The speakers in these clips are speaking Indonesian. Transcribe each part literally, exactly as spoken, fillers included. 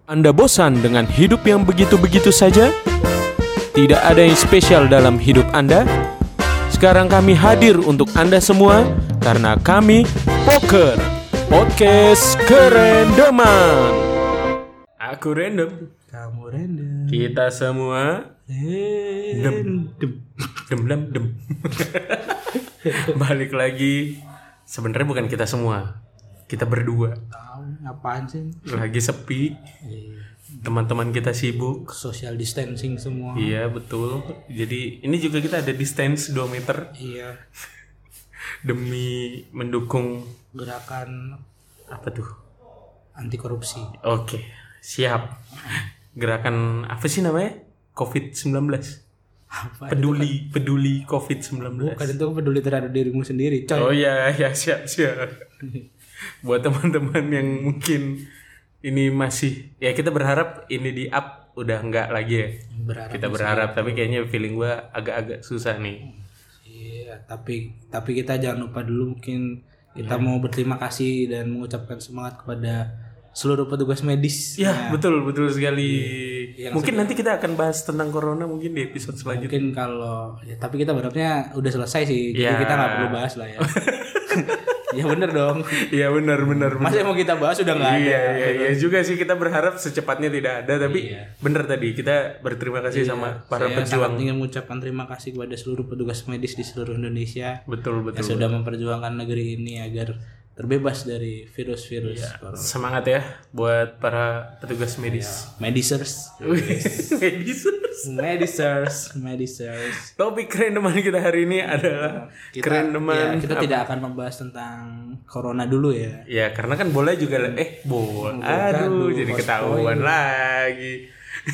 Anda bosan dengan hidup yang begitu-begitu saja? Tidak ada yang spesial dalam hidup Anda? Sekarang kami hadir untuk Anda semua karena kami Poker, podcast kerendeman. Aku random, Kamu random. kita semua dem dem dem dem dem. Balik lagi. Sebenarnya bukan kita semua, kita berdua. Tahu ngapain sih? Lagi sepi. Iya. Teman-teman kita sibuk. Social distancing semua. Iya betul. Jadi ini juga kita ada distance dua meter Iya. demi mendukung Gerakan apa tuh? anti korupsi. Oke, siap. Gerakan apa sih namanya? covid sembilan belas. Apa Peduli peduli covid sembilan belas. Bukan itu peduli terhadap dirimu sendiri, coy. Oh iya, ya siap siap. Buat teman-teman yang mungkin ini masih, ya kita berharap ini di up udah enggak lagi ya. Berharap Kita berharap, tapi kayaknya feeling gua agak-agak susah nih. Iya, tapi tapi kita jangan lupa dulu mungkin kita mau berterima kasih dan mengucapkan semangat kepada seluruh petugas medis. Ya, betul betul sekali. Yang Mungkin nanti kita akan bahas tentang corona mungkin di episode selanjutnya. Mungkin kalau ya, tapi kita berharapnya udah selesai sih. Jadi Ya. kita nggak perlu bahas lah ya. Ya bener dong. Iya benar benar. Masa yang mau kita bahas udah nggak ada. Iya iya iya juga sih, kita berharap secepatnya tidak ada, tapi Iya. benar tadi kita berterima kasih sama para Saya pejuang. sangat ingin mengucapkan terima kasih kepada seluruh petugas medis di seluruh Indonesia Betul yang betul. sudah memperjuangkan negeri ini agar terbebas dari virus-virus corona. Semangat ya buat para petugas medis. Medisers, Medis. medisers, medisers. Topik kerendeman kita hari ini adalah kerendeman. ya, kita tidak akan membahas tentang corona dulu ya. Ya karena kan bola juga eh bola. Aduh, aduh, jadi post ketahuan lagi.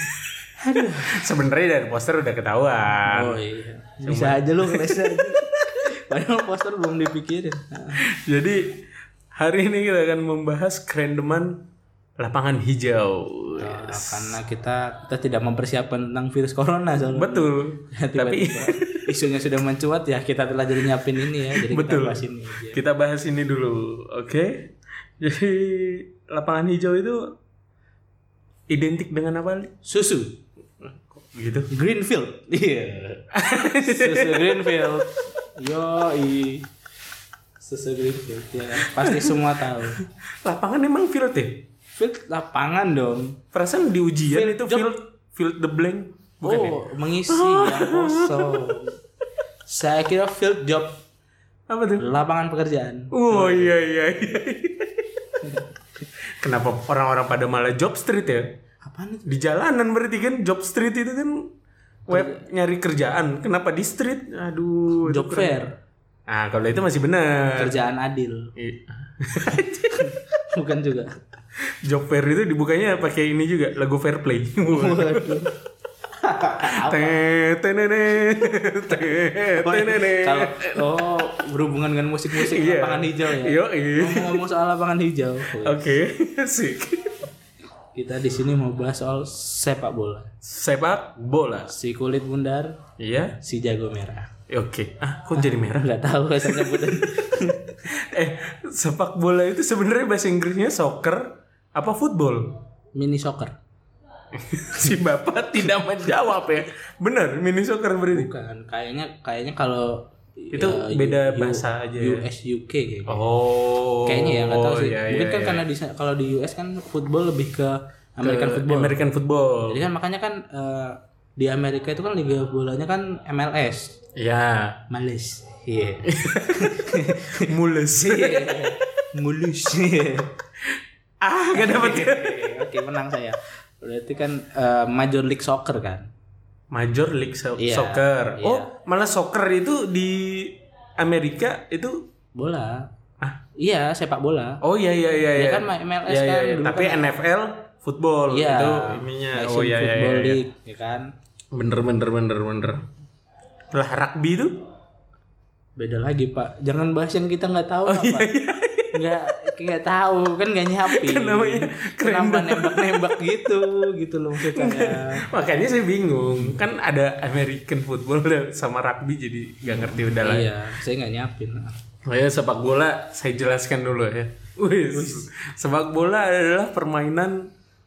Sebenarnya dari poster udah ketahuan. Oh iya. Bisa aja lu ngeles aja. Padahal poster belum dipikirin. Nah. Jadi hari ini kita akan membahas kerendeman lapangan hijau. Ya, karena kita kita tidak mempersiapkan tentang virus corona soalnya. Betul. Tapi Tiba-tiba isunya sudah mencuat ya, kita telah jadi nyiapin ini ya. Jadi betul. kita bahas ini aja. Kita bahas ini dulu, oke? Jadi lapangan hijau itu identik dengan apa? Li? Susu Gitu. Greenfield. Iya. Susu Greenfield. Yoi. Susu Greenfield ya. Pasti semua tahu. Lapangan emang field ya? Field lapangan dong. Perasaan di ujian Field itu job. field field the blank. Bukan ya? Oh, mengisi yang kosong. Saya kira field job. Apa tuh? Lapangan pekerjaan. Oh iya iya iya. Kenapa orang-orang pada malah job street ya? Apaan itu? Di jalanan berarti kan job street itu kan web nyari kerjaan. Kenapa di street? Aduh. itu Job kurang. fair. Ah kalau itu masih benar. Kerjaan adil. I- Bukan juga. Job fair itu dibukanya pakai ini juga lagu Fair Play. Waduh. Teh tenene teh tenene. Kalau oh berhubungan dengan musik-musik Iya. lapangan hijau ya. Yo, iya. Ngomong soal lapangan hijau. Oke, sik. Kita di sini mau bahas soal sepak bola. Sepak bola. Si kulit bundar, Iya. si jago merah. Oke. Ah, kok jadi merah? Enggak tahu bahasa nyebutan. eh, sepak bola itu sebenarnya bahasa Inggrisnya soccer apa football? Mini soccer. Si Bapak tidak menjawab ya. Benar, mini soccer berarti. Bukan, kayaknya kayaknya kalau Itu ya, beda U- bahasa aja ya? U S U K kayaknya. Oh. Kayaknya ya nggak tahu sih. iya, Mungkin iya, kan iya. karena di kalau di U S kan football lebih ke American Ke football. American football. Jadi kan makanya kan eh, di Amerika itu kan liga bolanya kan M L S. Ya. Males. Iya. Mules. Mulus. ah, gak dapat. Oke, menang saya. Berarti kan eh, Major League Soccer kan. Major League so- Iya, Soccer. iya. Oh, malah soccer itu di Amerika itu Bola. ah. Iya, sepak bola. Oh iya iya iya. Ya iya. kan M L S Iya, iya, kan iya. dulu Tapi kan- N F L football Iya. itu ininya. National Oh iya iya. Football iya. League, ya kan. Bener bener bener bener. Lah rugby itu? Beda lagi, Pak. Jangan bahas yang kita nggak tahu, Oh Pak. iya iya. Nggak nggak tahu kan nggak nyiapin. Kan namanya keren Kenapa nembak-nembak gitu gitu loh maksudnya. Makanya saya bingung. Kan ada American football sama rugby jadi gak ngerti udah lah. Iya, saya nggak nyiapin. Oh ya, sepak bola saya jelaskan dulu ya. Wih, sepak bola adalah permainan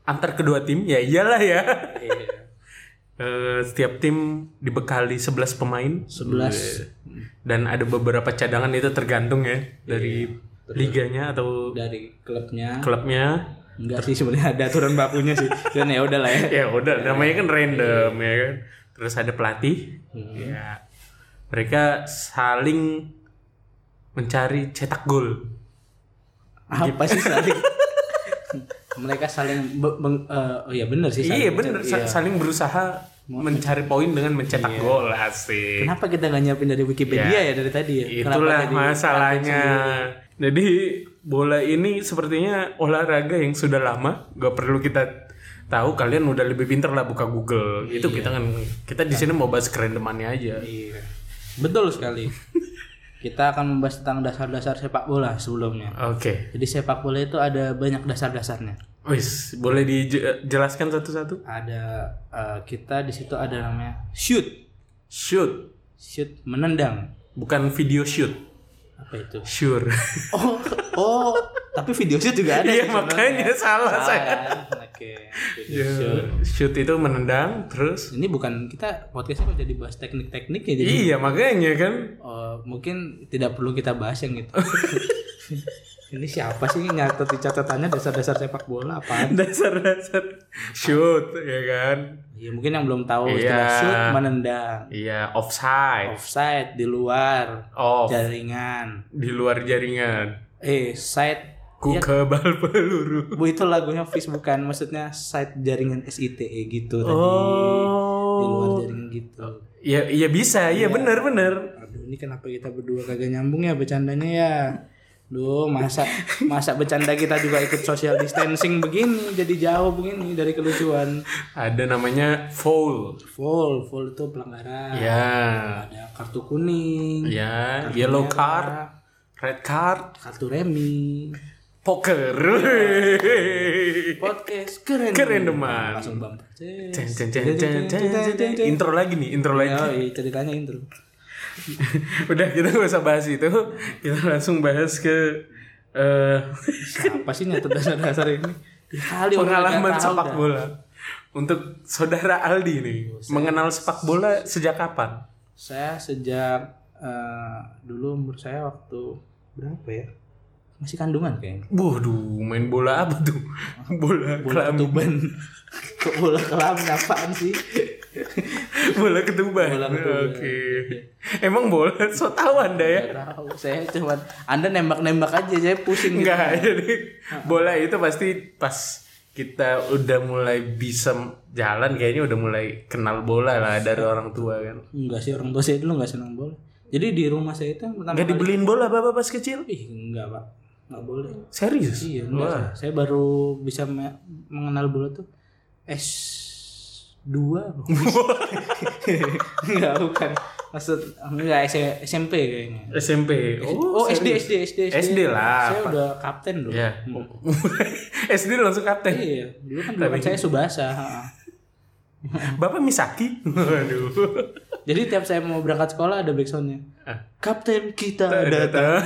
antar kedua tim, ya iyalah ya. Iya. Eh, setiap tim dibekali sebelas pemain. sebelas Dan ada beberapa cadangan, itu tergantung ya dari liganya atau dari klubnya. klubnya. Enggak sih sebenarnya ada aturan bakunya sih. Dan ya udah lah ya. Ya udah, namanya kan random ya kan. Terus ada pelatih. Ya. Mereka saling mencari cetak gol. Apa sih saling? Mereka saling be- beng- uh, oh iya benar sih. Iya saling bener, mencari- sa- iya. saling berusaha mencari poin dengan mencetak Iya. gol. Asik. Kenapa kita nggak nyiapin dari Wikipedia Ya, ya dari tadi ya? Kenapa Itulah jadi masalahnya. sendiri? Jadi bola ini sepertinya olahraga yang sudah lama, gak perlu kita tahu. Kalian udah lebih pintar lah buka Google. Itu kita kan kita di sini mau bahas kerendemannya aja. Iya. Betul sekali. Kita akan membahas tentang dasar-dasar sepak bola sebelumnya. Oke. Jadi sepak bola itu ada banyak dasar-dasarnya. Wis, boleh dijelaskan satu-satu? Ada uh, kita di situ ada namanya shoot. Shoot, Shoot menendang. bukan video shoot. Apa itu? Sure. Oh, oh, tapi video shoot juga ada. Iya sih makanya sebenarnya. salah saya. kan? Oke. Video Ya, shoot. shoot itu menendang terus. Ini bukan kita podcastnya kok jadi bahas teknik-teknik ya jadi. Iya makanya kan. Oh, mungkin tidak perlu kita bahas yang itu. Ini siapa sih nyatet di catatannya dasar-dasar sepak bola apaan? Dasar-dasar shoot ya kan. Ya mungkin yang belum tahu Iya. istilah shoot menendang. Iya, offside. Offside di luar Off. jaringan. Di luar jaringan. Eh, side Ku ya, kebal peluru. Bu itu lagunya Fish bukan, maksudnya side jaringan S I T E gitu tadi. Oh. Di luar jaringan gitu. Iya, iya bisa. Iya benar benar. Aduh, ini kenapa kita berdua kagak nyambung ya bercandanya ya? Duh, masa masa bercanda kita juga ikut social distancing begini, jadi jauh begini dari kelucuan. Ada namanya foul. Foul, foul itu pelanggaran. Ya. Ada kartu kuning, Ya, yellow card, red card, kartu remi. poker. Podcast keren. Keren deman. Langsung bumper. Ceng, ceng, ceng, ceng, ceng, ceng, ceng. Intro lagi nih, intro lagi. Oh, iya, ceritanya intro. Udah kita gak usah bahas itu. Kita langsung bahas ke eh Siapa sih nyatet dasar-dasar ini? Ya kali orang pengalaman nggak tahu sepak dah. bola. Untuk saudara Aldi nih, mengenal sepak bola sejak kapan? Saya sejak eh, dulu umur saya waktu berapa ya? Masih kandungan kayaknya. Waduh, main bola apa tuh? Bola, Bola kelamin. ketuban. Kok bola kelamin apaan sih? Bola ketuban. Bola ketuban. Oke. Emang bola so tahu Anda ya? Nggak tahu. Saya cuma Anda nembak-nembak aja, saya pusing gitu. Enggak, jadi bola itu pasti pas kita udah mulai bisa jalan kayaknya udah mulai kenal bola lah dari orang tua kan. Enggak sih, orang tua saya dulu enggak senang bola. Jadi di rumah saya itu yang pertama Enggak kali- dibeliin bola Bapak pas kecil? Ih, enggak, Pak. Enggak boleh. Serius? Iya, enggak. Saya baru bisa me- mengenal bola tuh S dua. Enggak, bukan. Maksud enggak S- SMP kayaknya. S M P. Oh, SD, serius? SD, SD, S D lah. Saya Pak. udah kapten dulu. Ya. Hmm. S D langsung kapten. Iya, dulu kan dulu kan saya Subasa. ha. Bapak Misaki. Waduh. Jadi tiap saya mau berangkat sekolah ada backsoundnya. Ah. Kapten kita Datang. datang.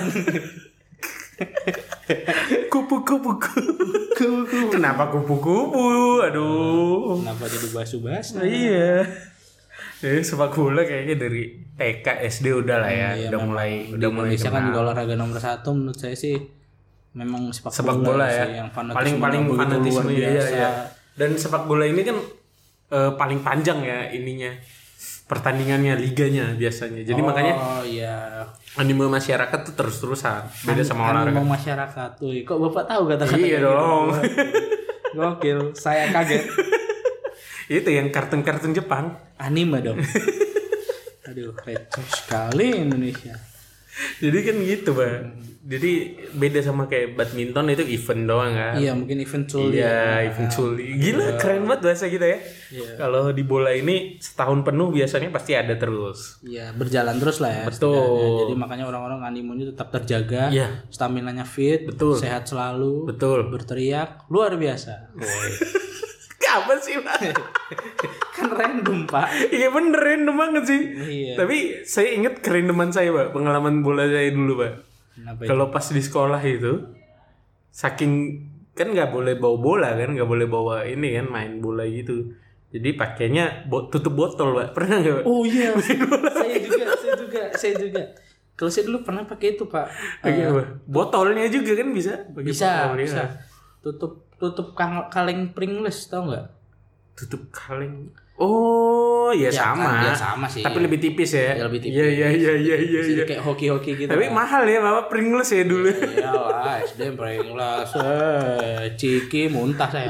Kupu-kupu. Kuku. Kenapa kupu-kupu? Aduh. Kenapa jadi bahas Subasa? Iya. Jadi sepak bola kayaknya dari T K S D udah lah ya, Iya, udah memang mulai di udah mulai Indonesia kan kenal. juga olahraga nomor satu menurut saya sih memang sepak, Sepak bola ya. sih, yang fanatisme Paling paling begitu fanatisme luar iya, biasa. iya. Dan sepak bola ini kan eh, paling panjang ya ininya. Pertandingannya, liganya biasanya. Jadi oh, makanya oh iya. anime masyarakat tuh terus-terusan. Beda sama An- olahraga. animo masyarakat tuh. Kok Bapak tahu kata-kata Iya kayak dong. gitu? Gokil, saya kaget. Itu yang kartun-kartun Jepang. Anime dong. Aduh, receh sekali Indonesia. Jadi kan gitu, Bang. Jadi beda sama kayak badminton itu event doang kan. Iya, mungkin event culi. Iya, event culi. Gila, keren banget bahasa kita ya. Iya. Kalau di bola ini setahun penuh biasanya pasti ada terus. Iya, berjalan terus lah ya. Betul. setidaknya. Jadi makanya orang-orang animonya tetap terjaga. Iya. Staminanya fit, Betul. sehat selalu, Betul. berteriak luar biasa. Kapan sih, Pak? Kan random, Pak. Iya bener, random banget sih. Iya. Tapi saya inget kerandoman saya, Pak. Pengalaman bola saya dulu, Pak. Kenapa itu? Kalau pas di sekolah itu, saking kan nggak boleh bawa bola kan, nggak boleh bawa ini kan main bola gitu. Jadi pakainya bo- tutup botol, Pak. Pernah nggak, Pak? Oh iya, saya juga, saya juga, saya juga. Kalau saya dulu pernah pakai itu, Pak. Pakai Uh, apa? Botolnya juga kan bisa? Pakai bisa, botol, bisa. ya. Tutup tutup kang- kaleng Pringles, tahu nggak? Tutup kaleng. Oh, ya, Ya, sama. kan, ya sama sih. Tapi lebih tipis ya. Ya, lebih tipis. Iya, iya, iya, iya, iya. Jadi Ya. kayak hoki-hoki gitu. Tapi kan. mahal ya, Bapak Pringles ya dulu. Iya lah, S D Pringles, eh, Ciki muntah saya.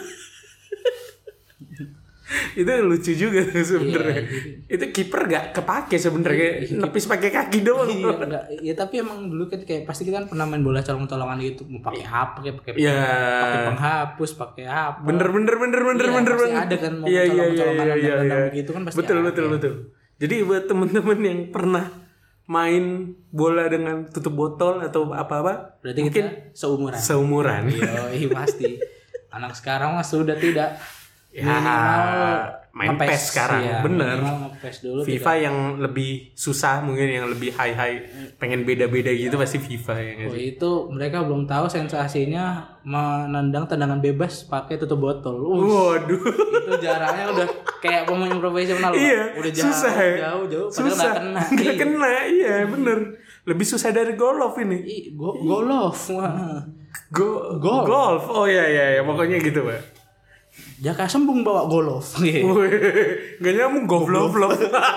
Itu lucu juga sebenarnya. Iya, Itu kiper gak kepake sebenarnya, Iya, nepis pakai kaki doang. Iya, enggak. Ya tapi emang dulu kan kayak pasti kita kan pernah main bola colong-colongan gitu, mau pakai apa, pakai pakai Iya. pakai penghapus, pakai apa. Bener bener bener bener Iya, bener pasti banget. ada kan mau Iya, iya, iya, colong-colongan iya, iya, dan iya. begitu kan pasti Betul ada. betul betul. Jadi buat teman-teman yang pernah main bola dengan tutup botol atau apa-apa, Berarti mungkin kita seumuran. seumuran. Iya, iya pasti. Anak sekarang mah sudah tidak Ya, minimal main nge-P E S, P E S sekarang, iya, bener. minimal nge-P E S dulu. FIFA yang lebih susah mungkin, yang lebih high-high, pengen beda-beda gitu pasti FIFA ya nggak Oh, sih? itu mereka belum tahu sensasinya menendang tendangan bebas pakai tutup botol. Ush, Waduh. itu jaraknya udah kayak pemain profesional, Pak. Iya, Udah jauh, susah ya. jauh, jauh, padahal Susah. nggak kena. Nggak Iya. kena, iya bener. Lebih susah dari golf ini. Ih, go golf. Wah. Go Golf. golf. Oh iya iya iya, pokoknya gitu, Pak. Jaka Sembung bawa golf. Iya. Wih, nggak nyambung golf golf.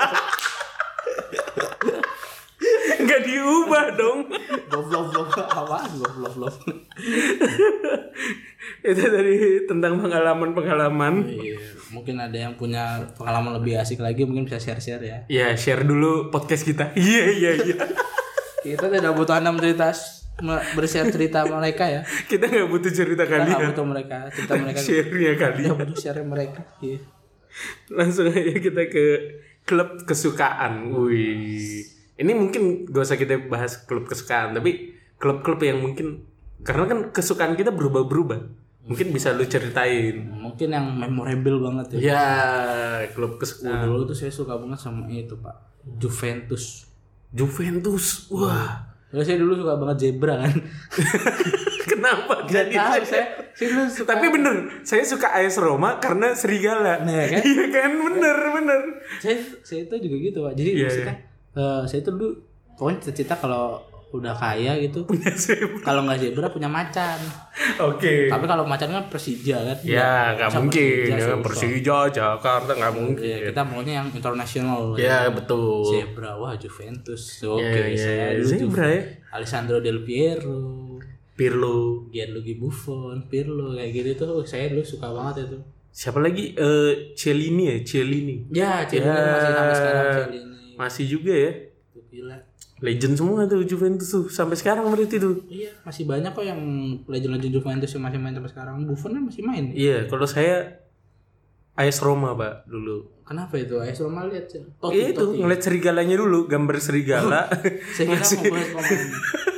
Nggak diubah dong. Golf golf golf apa? Golf golf golf. Itu tadi tentang pengalaman-pengalaman. Iya, mungkin ada yang punya pengalaman lebih asik lagi, mungkin bisa share-share ya. Ya, share dulu podcast kita. Iya iya iya. Kita tidak butuh Anda cerita bershare cerita mereka ya. Kita nggak butuh cerita Kita nggak kalian. butuh mereka, cerita mereka. Share-nya Kita kalian. butuh share mereka. Iya. Langsung aja kita ke klub kesukaan. Wih. Ini mungkin gak usah kita bahas klub kesukaan, tapi klub-klub yang mungkin, karena kan kesukaan kita berubah-berubah. Mungkin bisa lu ceritain. Mungkin yang memorable banget ya. Ya, klub Oh, kesukaan. dulu tuh saya suka banget sama itu, Pak. Juventus. Juventus. Wah. Lalu saya dulu suka banget zebra kan. Kenapa Gak jadi tahu saya? saya. Saya dulu suka. Tapi bener, saya suka A S Roma karena serigala. Nah, kan? Iya kan, bener bener. saya saya itu juga gitu, Pak. Jadi Iya, maksudnya eh, saya itu dulu pokoknya cita-cita kalau udah kaya gitu, Punya zebra. kalau nggak zebra punya macan. Oke. Tapi kalau macan kan Persija kan. Ya, nggak Masa mungkin. Persija, Ya, susah. Persija, Jakarta nggak mungkin. Ya, kita maunya yang internasional. Ya, betul. Zebra, wah Juventus. Oke, Ya, ya, saya ya. dulu Zebra Juve. ya. Alessandro Del Piero, Pirlo. Gianluigi Buffon, Pirlo kayak gitu tuh saya dulu suka banget itu. Siapa lagi? Eh, Cellini ya, Cellini. Ya, Cellini Ya. masih sampai sekarang Cellini. Masih juga ya. Tuh, gila. Legend semua tuh Juventus tuh sampai sekarang berarti tuh. Iya, masih banyak kok yang legend-legend Juventus yang masih main sampai sekarang. Buffon kan masih main. Iya, kalau saya A S Roma, Pak, dulu. Kenapa itu? A S Roma lihat sih. Totti, Iya itu, Totti. ngeliat serigalanya dulu, gambar serigala. Saya kira mau bahas pemain.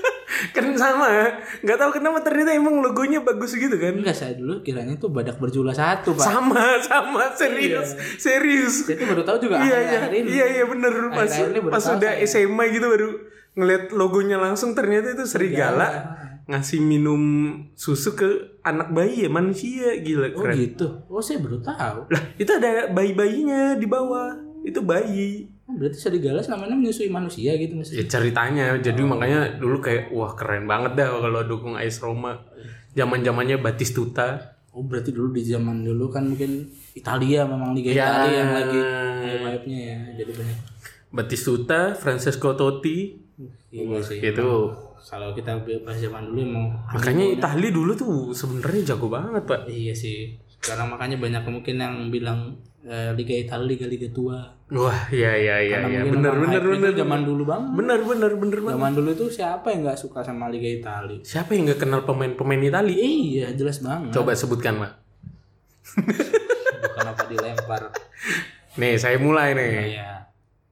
Kan sama ya. Nggak tahu kenapa ternyata emang logonya bagus gitu kan. Enggak, saya dulu kiranya itu badak berjula satu, Pak. Sama, sama, serius, serius. Saya tuh baru tahu juga Iya, iya, akhir-akhir ini. iya, iya bener. Pas, Akhir-akhir ini baru pas tahu udah saya. S M A gitu baru ngeliat logonya langsung, ternyata itu serigala ngasih minum susu ke anak bayi ya, manusia. Gila, Oh keren. gitu. Oh, saya baru tahu. Lah, itu ada bayi-bayinya di bawah. Itu bayi. Oh, berarti serigala selama ini menyusui manusia gitu Ya maksudnya. ceritanya, jadi makanya dulu kayak wah keren banget dah kalau dukung A S Roma. Zaman-zamannya Batistuta. Oh, berarti dulu di zaman dulu kan mungkin Italia, memang Liga Ya. Italia yang lagi hype-nya ya. Jadi banyak. Batistuta, Francesco Totti. Iya sih. Itu. Kalau kita bahas zaman dulu emang Makanya Italia dulu tuh sebenarnya jago banget, Pak. iya sih. Sekarang makanya banyak mungkin yang bilang eh, Liga Italia Liga-liga tua. Wah, iya iya iya Karena iya. mungkin Bener memang bener hype-nya bener. itu zaman dulu banget. Bener bener bener banget. Zaman dulu tuh siapa yang nggak suka sama Liga Italia? Siapa yang nggak kenal pemain-pemain Italia? Iya, jelas banget. Coba sebutkan, Pak. Bukan apa dilempar. Nih, saya mulai nih. Iya.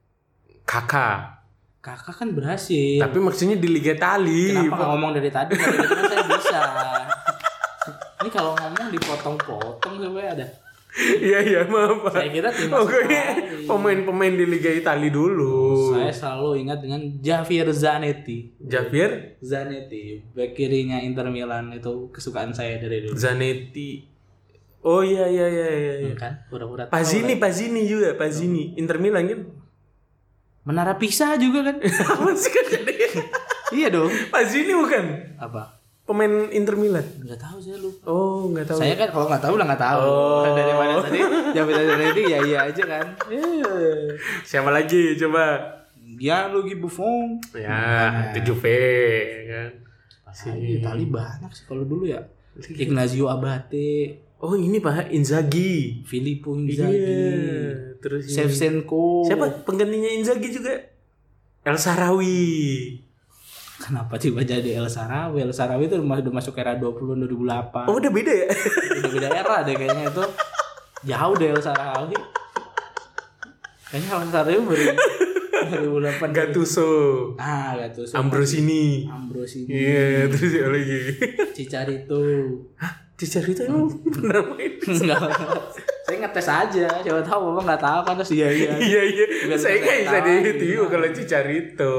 Kakak. Kakak kan berhasil. Tapi maksudnya di Liga Italia. Kenapa nggak ngomong dari tadi? Kalau gitu kan saya bisa. Ini kalau ngomong dipotong-potong sampai ada. Iya iya maaf Pak. Saya kira timnas Oke, Itali. pemain-pemain di Liga Italia dulu. Saya selalu ingat dengan Javier Zanetti. Javier Zanetti, bek kirinya Inter Milan itu kesukaan saya dari dulu. Zanetti. Oh iya iya iya iya. iya. Kan, pura-pura tahu Pazini, kan. Pazini juga, Pazini. Inter Milan kan? Menara Pisa juga kan? Apa sih kan jadi? Iya dong. Pazini bukan? Apa? Pemain Inter Milan. Enggak tahu saya lupa. Oh, enggak tahu. Saya kan kalau nggak tahu lah nggak tahu. Oh. Dari mana tadi? Javier Zanetti ya iya aja kan. Yeah. Siapa lagi coba? Gianluigi Buffon. Ya, itu Juve kan. Si Itali banyak sih kalau dulu ya. Ignazio Abate, Oh, ini Pak Inzaghi. Filippo Inzaghi, Iya, terus ini. Shevchenko. Siapa penggantinya Inzaghi juga? El Sarawi. Kenapa tiba jadi El Sarawi? El Sarawi itu udah masuk era dua puluh dua ribu delapan. Oh, udah beda ya? Udah beda era deh kayaknya itu. Jauh deh El Sarawi. Kayaknya El Sarawi baru dua ribu delapan. Gattuso. Ah, Gattuso. Ambrosini. Ambrosini. Iya, terus siapa lagi? Cicarito. Hah? Cicarito emang benar main? Enggak. Saya ngetes aja, siapa tahu Bapak enggak tahu kan terus iya iya. Iya iya. Biar Saya kita nggak bisa tahu, dihitung gimana. kalau Cicarito.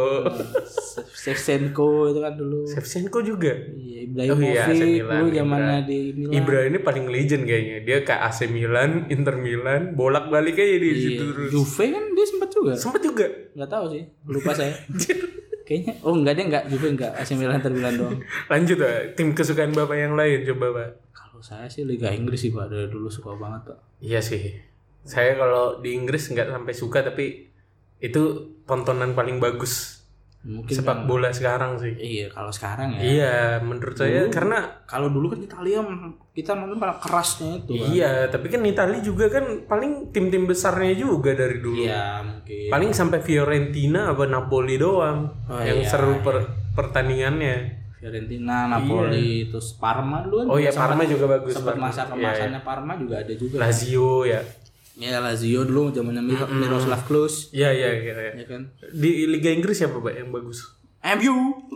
Shevchenko itu kan dulu. Shevchenko juga. Iya, Oh iya, A C Ibrahimovic Milan, dulu Ibra. zamannya di Milan. Ibra ini paling legend kayaknya. Dia ke A C Milan, Inter Milan, bolak-balik aja di Iya. situ terus. Juve kan dia sempat juga. Sempet juga. Enggak tahu sih, lupa saya. Kayaknya oh enggak dia enggak Juve enggak A C Milan Inter Milan doang. Lanjut Pak, tim kesukaan Bapak yang lain coba Pak. Kalau saya sih Liga Inggris sih Pak, dari dulu suka banget Pak. Iya sih. Saya kalau di Inggris nggak sampai suka tapi itu tontonan paling bagus Mungkin sepak bola sekarang sih. Iya, kalau sekarang ya. Iya, menurut saya karena Kalau dulu kan Italia kita nonton paling kerasnya itu kan. iya, tapi kan Italia juga kan paling tim-tim besarnya juga dari dulu. Iya, mungkin. Paling sampai Fiorentina apa Napoli doang Oh, yang iya, seru per- pertandingannya. Fiorentina, Napoli, terus Parma dulu kan. Oh iya, sempat- Parma juga bagus. Sempat Parma. masa Iya, kemasannya Parma juga ada juga. Lazio ya. Ya Lazio dulu zamannya Mir- Miroslav Klose. Iya, iya, iya. iya. Ya kan. Di Liga Inggris siapa Pak yang bagus? M U.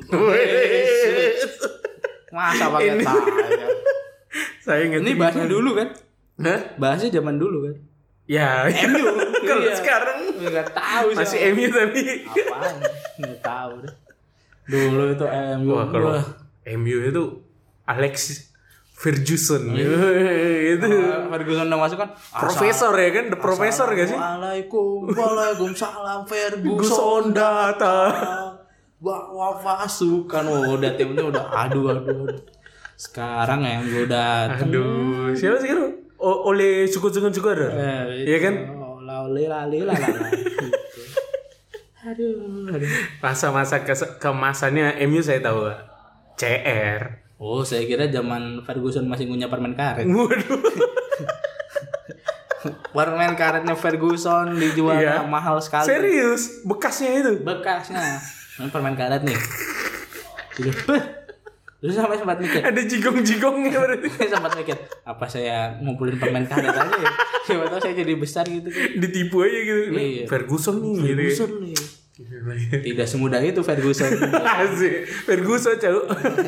Masa pakai Ini- tanya. Saya nggak Ini tahu. bahasnya dulu kan? Hah? Bahasnya zaman dulu kan? Ya, M U. kalau Iya. sekarang Enggak tahu sih. masih M U tapi Apaan? Enggak tahu deh. Dulu itu M U. wah kalau Wah. M U itu Alex Ferguson itu Ah, Ferguson udah masuk kan? profesor ya kan, the profesor gak sih? Assalamualaikum, waalaikumsalam Ferguson Ferguson datang. bawa pasukan. Oh, udah timnya udah aduh aduh. aduh. Sekarang yang gue udah Aduh, siapa sih kan? O- oleh suku-suku juga ada. Iya kan? Oh, lali lali lala. Aduh, aduh. Masa-masa kes- kemasannya M U saya tahu Pak. C R. Oh, saya kira zaman Ferguson masih punya permen karet. Waduh. Permen karetnya Ferguson dijual Iya. mahal sekali. Serius, bekasnya itu. Bekasnya. Ini permen karet nih. Gitu. Beh. Terus sampai sempat mikir. Ada jigong-jigongnya berarti. Sempat mikir, apa saya ngumpulin permen karet aja ya? Siapa tahu saya jadi besar gitu kan. Ditipu aja gitu. Iya. Ferguson nih gitu. Ferguson nih. Tidak semudah itu Ferguson. Asik. Ferguson cau.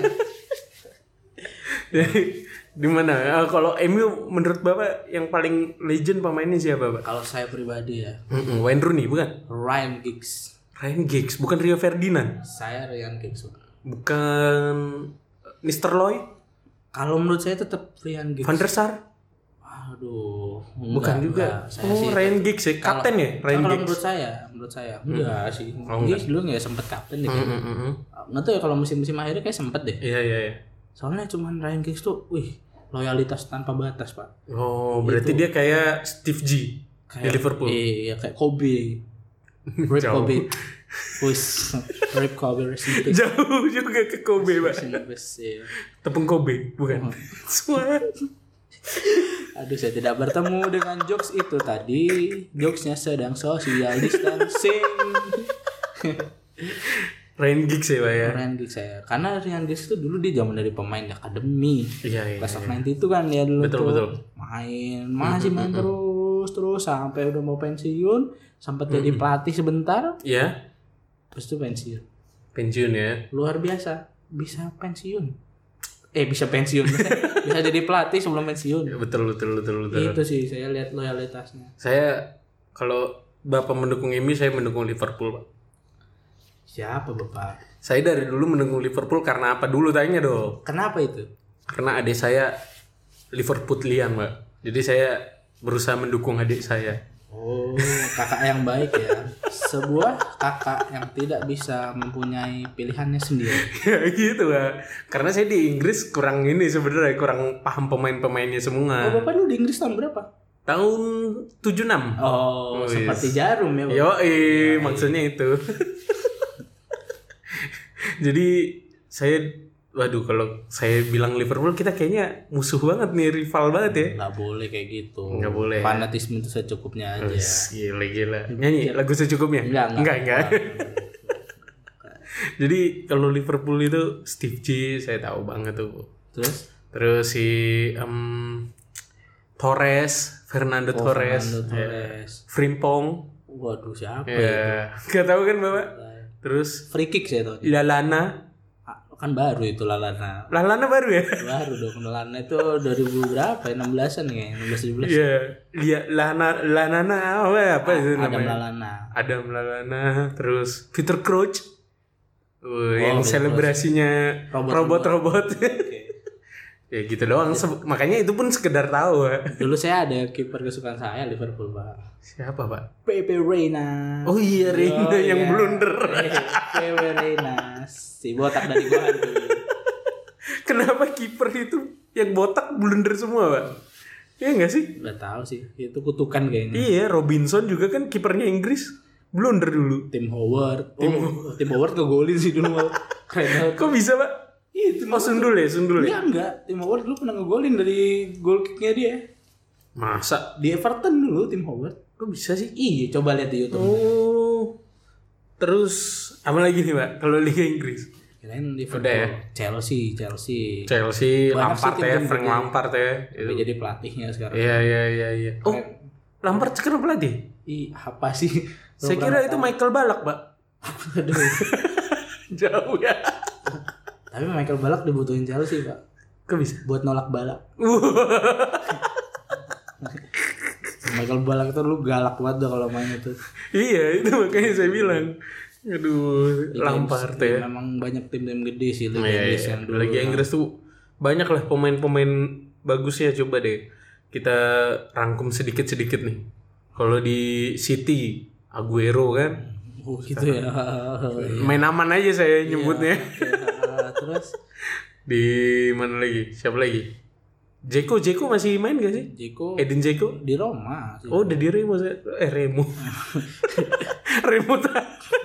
Jadi di mana? Eh, kalau M U menurut Bapak yang paling legend pemainnya siapa, Pak? Kalau saya pribadi ya, Mm-mm, Wayne Rooney bukan? Ryan Giggs. Ryan Giggs, bukan Rio Ferdinand. Saya Ryan Giggs. Bukan mister Lloyd, Kalau menurut saya tetap Ryan Giggs. Van der Sar. Aduh, Bukan enggak, juga. enggak. Saya Oh, sih Ryan Giggs ya, kalau- kapten ya, Ryan kalau Giggs. menurut saya, menurut saya enggak sih. Oh, Dia dulu nggak sempet kapten deh. kayaknya. Mm-mm. Nggak tahu ya kalau musim-musim akhirnya kayak sempet deh. Iya, iya, iya. Soalnya cuman Ryan Giggs tuh, wih, loyalitas tanpa batas pak. Oh, berarti dia kayak Steve G di Liverpool. Iya, kayak Kobe. Rip Jauh. Kobe. Wis, Rip Kobe rest in peace. Jauh juga ke Kobe, Pak. Rest in peace, iya. Tepung Kobe, bukan? Semua. Aduh, saya tidak bertemu dengan jokes itu tadi. Jokesnya sedang social distancing. Ryan Giggs ya, Pak ya. Ryan Giggs saya. Karena Ryan Giggs itu dulu dia zaman dari pemain akademi. Iya, iya. Class of ninety itu kan dia dulu Betul, tuh betul. main, masih main terus terus sampai udah mau pensiun, sempat jadi pelatih sebentar, Iya. terus itu pensiun. Pensiun ya. Luar biasa, bisa pensiun. eh bisa pensiun. Bisa jadi pelatih sebelum pensiun. Ya, betul betul betul betul. Itu sih saya lihat loyalitasnya. Saya kalau Bapak mendukung M U, saya mendukung Liverpool, Pak. Siapa Bapak? Saya dari dulu mendukung Liverpool karena apa dulu tanya dong. Kenapa itu? Karena adik saya Liverpoolian, Pak. Jadi saya berusaha mendukung adik saya. Oh, kakak yang baik ya. Sebuah kakak yang tidak bisa mempunyai pilihannya sendiri. Ya gitu, Pak. Karena saya di Inggris kurang ini sebenarnya, kurang paham pemain-pemainnya semua. Oh, Bapak dulu di Inggris tahun berapa? Tahun tujuh puluh enam. Oh, Oh, seperti yes. jarum ya, Bapak. Yo, maksudnya itu. Jadi saya, waduh, kalau saya bilang Liverpool, kita kayaknya musuh banget nih, rival banget ya. Nggak boleh kayak gitu. Nggak boleh. Fanatisme itu secukupnya aja. Wes, gila gila. Nyanyi lagu secukupnya? Enggak, enggak. enggak. Jadi kalau Liverpool itu Steve G saya tahu banget tuh. Terus? Terus si um, Torres, Fernando Oh, Torres, Fernando ya. Torres. Frimpong. Waduh, siapa itu? Ya, nggak tahu kan Bapak? Terus Free kick saya tahu. Lalana. Ah, kan baru itu Lalana. Lalana baru ya? Baru dong Lalana itu dua ribu berapa ya? enam belasan kayaknya, enam belas tujuh belas. Iya, dia Lana Lanana apa ya? Apa itu Adam namanya? Lalana. Adam Lalana, terus Peter Crouch. Uh, yang Peter selebrasinya Robot-robot. robot-robot. Oke. Ya gitu doang. Se- makanya itu pun sekedar tahu ya. Dulu saya ada kiper kesukaan saya Liverpool, Pak. Siapa, Pak? Pepe Reina. Oh iya, Reina Oh, yang iya. blunder. Pepe Reina. Si botak dari gua tuh. Kenapa kiper itu yang botak blunder semua, Pak? Iya enggak sih? Udah tahu sih, itu kutukan kayaknya. Iya, Robinson juga kan kipernya Inggris. Blunder dulu. Tim Howard. Tim, oh, Tim Howard ngegolin sih dulu. Keren banget. Kok bisa, Pak? Iya, Tim Oh, Sundul ya, Sundul ya? Iya enggak, Tim Howard dulu pernah ngegolin dari goal kicknya dia. Masa? Di Everton dulu Tim Howard. Kok bisa sih? Iya, coba lihat di YouTube. Oh. Terus apa lagi nih, Pak? Kalau Liga Inggris? Kirain Liverpool. Udah ya? Chelsea, Chelsea. Chelsea, Banyak Lampard sih ya, tim-tim Frank gede. Lampard ya. Dia jadi pelatihnya sekarang. Iya, iya, iya, iya. Oh, Lampard sekarang pelatih? Ih, apa sih? Saya kira itu Michael Ballack, Pak. Aduh. Jauh ya. Tapi Michael Ballack dibutuhin Chelsea, Pak. Kok bisa? Buat nolak Ballack. Michael Ballack itu lu galak banget dah kalau main itu. Iya, itu makanya saya bilang. Aduh, Lampard ya. Memang banyak tim-tim gede sih Liga Iya, Inggris iya. yang dulu. Liga Inggris tuh banyak lah pemain-pemain bagusnya. Coba deh kita rangkum sedikit-sedikit nih. Kalau di City, Aguero kan. Oh, gitu ya. Main aman aja saya nyebutnya. Ya, terus Di mana lagi? Siapa lagi? Dzeko, Dzeko masih main gak sih? Jeko Edin Dzeko? di Roma sih. Oh, udah di Remo saya. Eh, Remo. Remo tak.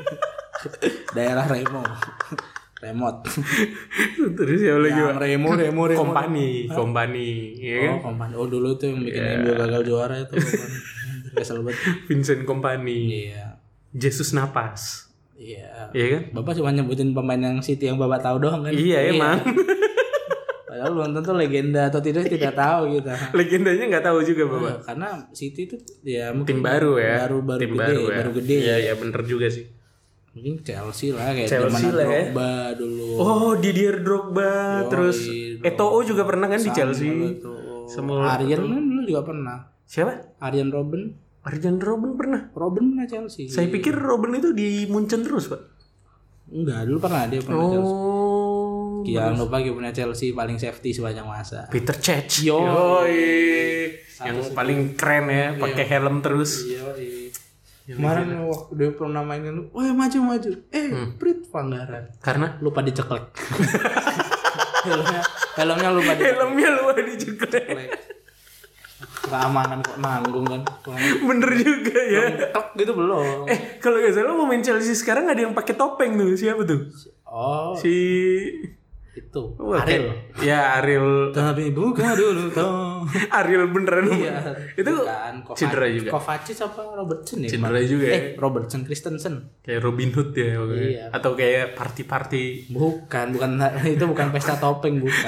Daerah Remo. Remote. Terus siapa lagi, Yang Pak? Remo, Remo, Remo. Kompani, Kompani, ya kan? Oh, Kompani. Oh, dulu tuh yang bikin M U gagal juara itu. Kompani. Kesel banget. Vincent Kompani. Iya. Jesus Napas. Iya. Iya kan? Bapak cuma nyebutin pemain yang City yang Bapak tahu doang kan? Iya, emang. Padahal belum tentu legenda atau tidak tidak tahu kita. Legendanya nggak tahu juga, Bapak. Nah, karena City itu ya mungkin Tim baru ya. baru baru Tim gede, baru baru, ya. gede. Iya, iya bener juga sih. Mungkin Chelsea lah kayak Chelsea zaman lah ya. Drogba dulu. Oh, Didier Drogba, Yoi, terus Drogba. Eto'o juga pernah kan di Chelsea. Tuh. Sama Arjen kan dulu juga pernah. siapa? Arjen Robben. Arjen Robben pernah. Robben pernah Chelsea. Saya pikir Robben itu di Munchen terus, Pak. Enggak, dulu pernah dia pernah Chelsea. Oh. Jangan lupa dia punya Chelsea paling safety sepanjang masa. Peter Cech. Yo. Yoi. Yang paling keren ya, pakai helm terus. Iya, iya. Kemarin waktu dia pernah main lu, oh maju maju, eh Prit pelanggaran. Karena Lupa diceklek. helmnya, helmnya lupa diceklek. helmnya luar diceklek. Keamanan kok nanggung kan. Bener juga ya. Tek gitu belum. Eh, kalau nggak salah mau main Chelsea sekarang ada yang pakai topeng tuh. Siapa tuh? Oh, Si itu. Wah, Ariel. kayak- Ya, Ariel. Tapi buka dulu toh. Ariel beneran. Iya. Itu Bukan, Kovac- cedera juga. Kovacic apa Robertson ya? Cedera juga ya. Eh, Robertson Christensen. Kayak Robin Hood ya. pokoknya. Iya. Atau kayak party-party. Bukan, bukan itu bukan pesta topeng bukan.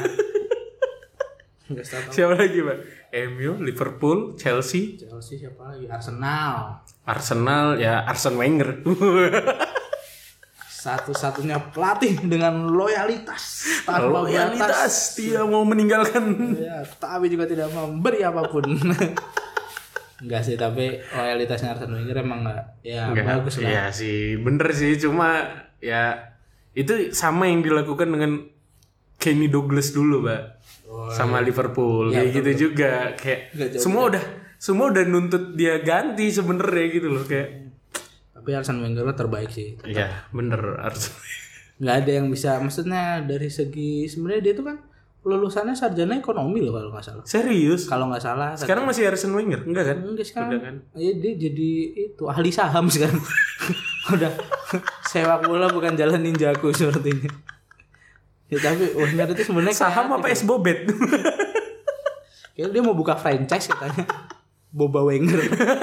Pesta topeng. Siapa lagi, Pak? M U, Liverpool, Chelsea, Chelsea siapa lagi? Arsenal. Arsenal, ya Arsene Wenger. Satu-satunya pelatih dengan loyalitas tanpa Loyalitas, batas. dia mau meninggalkan. Ya, tapi juga tidak memberi apapun. Enggak sih, tapi loyalitasnya Arsene Wenger emang enggak ya Enggak, bagus lah. Iya sih, bener sih. Cuma ya itu sama yang dilakukan dengan Kenny Douglas dulu, Pak. Oh, sama iya. Liverpool, Ya, kayak betul, gitu betul. juga. Kayak Nggak jauh semua beda. udah semua udah nuntut dia ganti sebenarnya gitu loh kayak. Tapi Arsene Wenger mah terbaik sih. Iya, bener harus. Nggak ada yang bisa, maksudnya dari segi sebenarnya dia tuh kan lulusannya sarjana ekonomi loh kalau nggak salah. Serius? Kalau nggak salah. Sekarang masih Arsene Wenger? Enggak kan? Enggak sekarang. Udah kan? Iya, dia jadi itu ahli saham sekarang. Udah sepak bola bukan jalan ninjaku sepertinya. Ya, tapi Wenger itu sebenarnya Saham apa kreatif. es bobet? Kayaknya dia mau buka franchise katanya. Boba Wenger.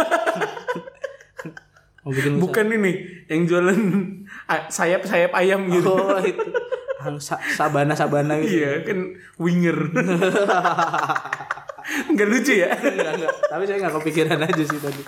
Mau bikin usaha. Bukan ini yang jualan a- sayap-sayap ayam gitu. Oh itu. Sa- sabana-sabana gitu. Iya kan winger. Enggak lucu ya? Enggak, enggak. Tapi saya enggak kepikiran aja sih tadi.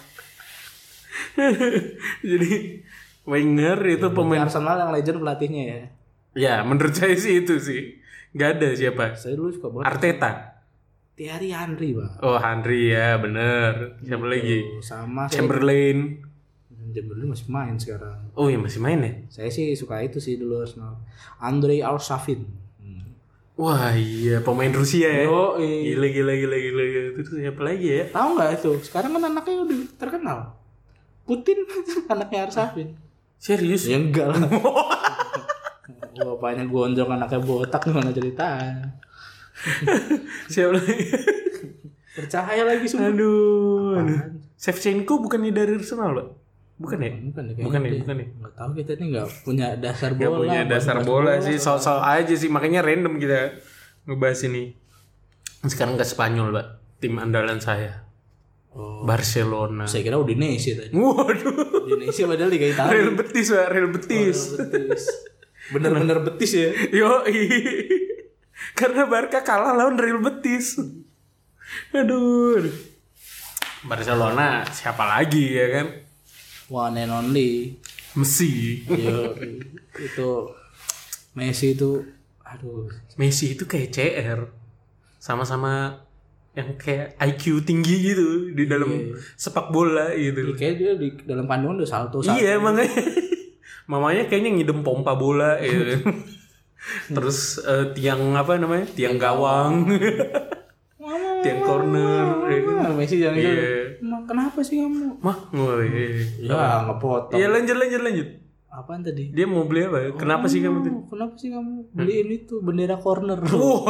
Jadi Wenger itu pemain. Arsenal yang legend pelatihnya ya. Ya menurut saya sih itu sih. Gak ada siapa. Saya dulu suka banget. Arteta. Thierry Henry, Pak. Oh Henry ya bener. Siapa lagi? Tuh, sama Chamberlain. Chamberlain masih main sekarang. Oh iya masih main ya? Saya sih suka itu sih dulu Arsenal. Andrei Arshavin. Hmm. Wah iya pemain Rusia ya. Yo, eh. Gila gila gila gila. Itu tuh siapa lagi ya? Tahu nggak itu? Sekarang kan anaknya udah terkenal. Putin anaknya Arshavin. Serius? Ya enggak lah. Bapaknya gondrong, anaknya botak, gimana ceritanya? Siapa lagi? Percaya lagi semua. Aduh. aduh. Shevchenko bukannya dari Arsenal, Pak? Bukan ya? Bukan ya, Bukan ya, bukan ya. Enggak tahu kita ini enggak punya dasar bola. Gak punya dasar bahas bola sih, sol-sol aja sih. Makanya random kita ngebahas ini. Sekarang ke Spanyol, Pak. Tim andalan saya. Oh, Barcelona. saya kira Udinese tadi. Waduh. Udinese padahal Liga Italia. Real Betis, Pak. Real Betis. Oh, betis. Bener-bener betis ya. Yo, karena Barca kalah lawan Real Betis. Aduh. aduh. Barcelona siapa lagi ya kan? One and only. Messi. Yo, itu Messi itu aduh. Messi itu kayak C R. Sama-sama yang kayak I Q tinggi gitu di dalam Iya. sepak bola gitu. Kayak dia di dalam kandungan udah salto salto. Iya makanya mamanya kayaknya ngidem pompa bola gitu. Terus eh, tiang apa namanya? Tiang gawang. Tiang corner ya kan? Nah, Messi jangan Iya. Emang kenapa sih kamu? Mah, woi. Ya, ngepotong. Iya lanjut lanjut lanjut. Apaan tadi? Dia mau beli apa? Kenapa sih kamu tuh? Oh, kenapa sih kamu beliin itu bendera corner? Oh.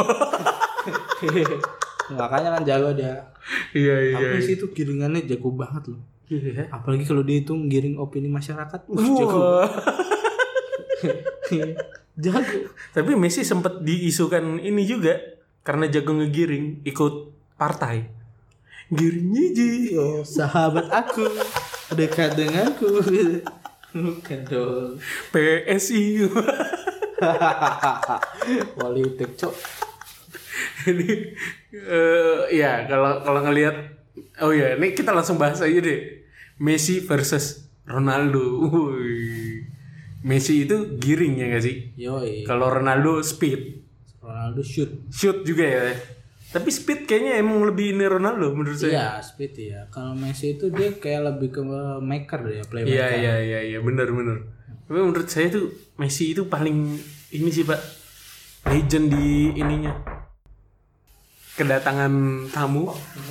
Makanya kan jago dia. Iya iya. Tapi sih itu giringannya jago banget loh. Iya. Apalagi kalau dihitung giring opini masyarakat. Uh, jago. Wah. Jago. Tapi Messi sempat diisukan ini juga karena jago ngegiring ikut partai. Giring Gigi. Yo, sahabat aku dekat denganku. Bukan dong. P S I. Politik, Cok. Jadi eh ya kalau kalau ngelihat oh ya ini kita langsung bahas aja deh. Messi versus Ronaldo. Wih. Messi itu giring ya gak sih? Yoi. Kalau Ronaldo speed. Ronaldo shoot. Shoot juga ya. Tapi speed kayaknya emang lebih ini Ronaldo menurut saya. Iya, speed ya. Kalau Messi itu dia kayak lebih ke maker deh, playmaker. Iya iya iya iya benar benar. Tapi menurut saya tuh Messi itu paling ini sih Pak. Legend di ininya. Kedatangan tamu.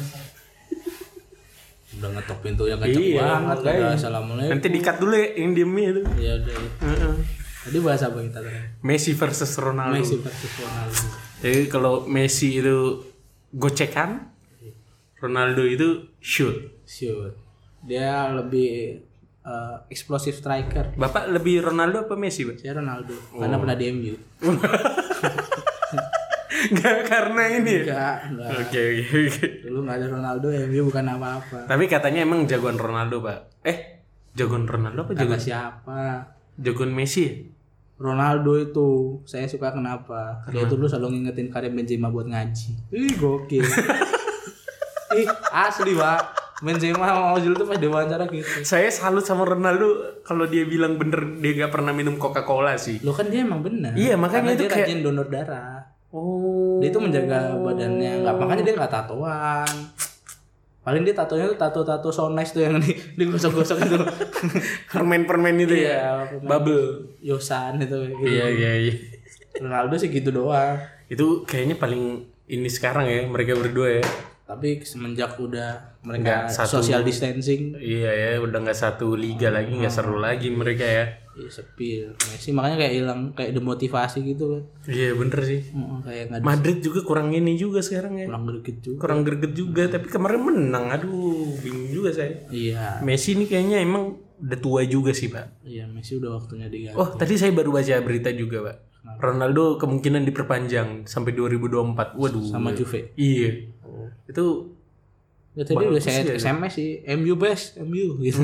Udah ngetok pintunya kenceng Iya, banget. makanya. Udah assalamualaikum. Nanti di-cut dulu ya yang diemnya itu. Ya udah. Heeh. Tadi bahas apa kita tadi? Messi versus Ronaldo. Messi versus Ronaldo. Jadi kalau Messi itu gocekan, Ronaldo itu shoot. Shoot. Dia lebih uh, explosive striker. Bapak lebih Ronaldo apa Messi, Pak? Saya Ronaldo. Karena pernah di M U. Enggak karena ini ya. Enggak, enggak. Oke oke oke. Dulu enggak ada Ronaldo, M U bukan apa-apa. Tapi katanya emang jagoan Ronaldo, Pak. Eh, jagoan Ronaldo apa Kata jagoan? siapa? Jagoan Messi ya? Ronaldo itu saya suka kenapa? Dia itu dulu selalu ngingetin Karim Benzema buat ngaji. Ih gokil. Ih asli Pak. Benzema sama Ozil tuh pas diwawancara gitu. Saya salut sama Ronaldo kalau dia bilang bener dia gak pernah minum Coca-Cola sih. Lo kan dia emang benar. Iya, makanya Karena itu dia kayak- rajin donor darah. Oh. Dia tuh menjaga badannya, nggak makanya dia nggak tatoan. Paling dia tatonya tuh tato-tato so nice tuh yang di digosok-gosok itu. Permen-permen itu ya. Iya, pemain Bubble. Yosan itu kayak gitu. Iya, iya, iya. Ronaldo sih gitu doang. Itu kayaknya paling ini sekarang ya mereka berdua ya. Tapi semenjak udah Nggak, mereka satu- social distancing, Iya ya, udah nggak satu liga lagi, nggak seru lagi mereka ya. ya sepi. Messi makanya kayak hilang, kayak demotivasi gitu kan. Iya bener sih. Heeh, kayak nggak ada Madrid juga kurang ini juga sekarang ya. kurang greget juga. Kurang greget juga, tapi kemarin menang. Aduh, bingung juga saya. Iya, Messi ini kayaknya emang udah tua juga sih, Pak. iya Messi udah waktunya diganti. Oh, tadi saya baru baca berita juga, Pak. Ronaldo kemungkinan diperpanjang sampai dua ribu dua puluh empat. Waduh. Sama Juve. Iya. Itu Ya tadi udah saya sih ya. S M S sih, M U best, M U gitu.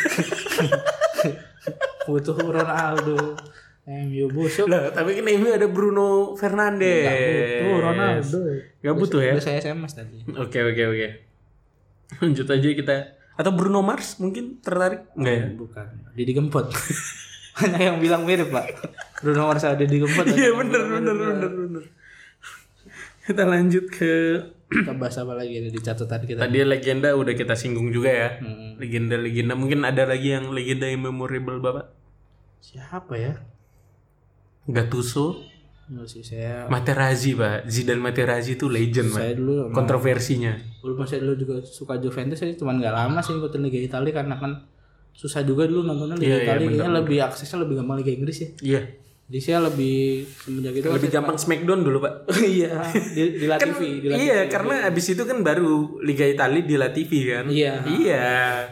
Butuh Ronaldo, M U busuk. lah, tapi kan ini ada Bruno Fernandes. Gak butuh Ronaldo. Gak butuh ya? Udah saya S M S tadi. Oke, oke, oke. Lanjut aja kita. Atau Bruno Mars mungkin tertarik? Enggak ya? Bukan, Didi Kempot. Banyak yang bilang mirip pak. Bruno Mars sama Didi Kempot. Iya bener, bener, bener, bener. Kita lanjut ke Kita bahas apa lagi nih di catatan kita? tadi legenda udah kita singgung juga ya. Hmm. Legenda-legenda mungkin ada lagi yang legenda yang memorable Bapak? Siapa ya? Gattuso, Enggak sih saya. Materazzi, Pak. Zidane Materazzi itu legend, Pak. Saya dulu emang- Kontroversinya. Walaupun saya dulu juga suka Juventus, saya cuma nggak lama sih ikutin Liga Italia karena kan susah juga dulu nontonnya Liga Iya, iya, Italia. bener, Kayaknya lebih aksesnya lebih gampang Liga Inggris ya. Iya. Jadi saya lebih semenjak itu Lebih gampang Smackdown dulu, Pak. iya di, di La Kan, T V, di La T V. iya, karena abis itu kan baru Liga Italia di La T V kan. Iya. Iya.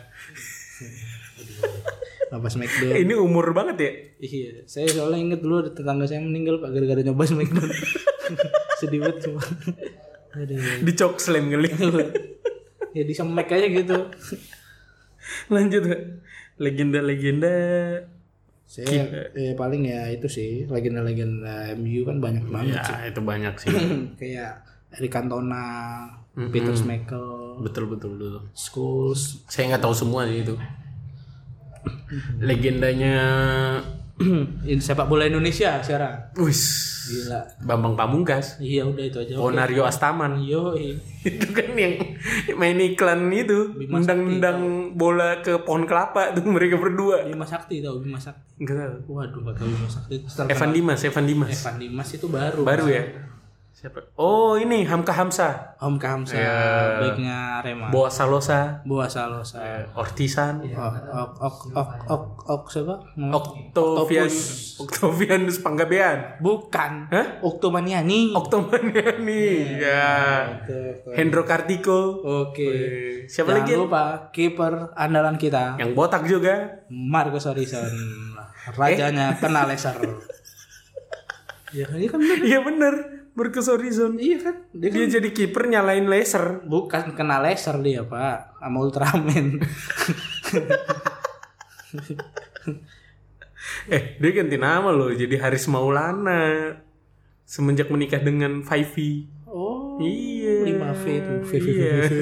Apa Smackdown. Ini umur banget ya. Iya, saya soalnya inget dulu ada tetangga saya meninggal pak gara-gara nyoba Smackdown. Sedih banget cuma. Aduh. Dicok slam kali. Ya di smack aja gitu. Lanjut, Pak. Legenda-legenda. Saya eh, paling ya itu sih legenda-legenda M U kan banyak banget sih. Ya, itu banyak sih. Kayak Eric Cantona, Peter Schmeichel, betul, betul, betul. Scholes. Saya nggak tahu semua sih itu. Legendanya Ini sepak bola Indonesia sekarang. wis Gila. Bambang Pamungkas, Iya udah itu aja. Onario Astaman. Yo, iya. Itu kan yang main iklan itu, Bima nendang-nendang bola ke pohon kelapa tuh mereka berdua. Bima Sakti tahu Bima Sakti. Enggak tahu. Waduh, gak tahu Bima Sakti. Evan Dimas, Evan Dimas. Evan Dimas itu baru. Baru ya? Siapa? Oh, ini Hamka Hamsa. Om Kamsa, baiknya Arema. Boa Salosa, Boa Salosa. Ortisan, Ok, ok, ok, ok, ok, ok, siapa? Octavian, Octavianus Panggabean. Bukan. Hah? Oktomaniani. Octomaniani. Ya. Hendro Kartiko. Oke. Eh, Siapa Jangan lagi? lupa kiper andalan kita, Yang botak juga. Marcus Horizon. Rajanya kena laser. Ya, iya kan bener. Iya bener. Marcus Horizon. Iya kan? Dia kan Dia jadi kiper nyalain laser. bukan kena laser dia, Pak, sama Ultraman. Eh, dia ganti nama loh jadi Haris Maulana. Semenjak menikah dengan Five. Oh. Iya. lima V itu. V V V Iya. V.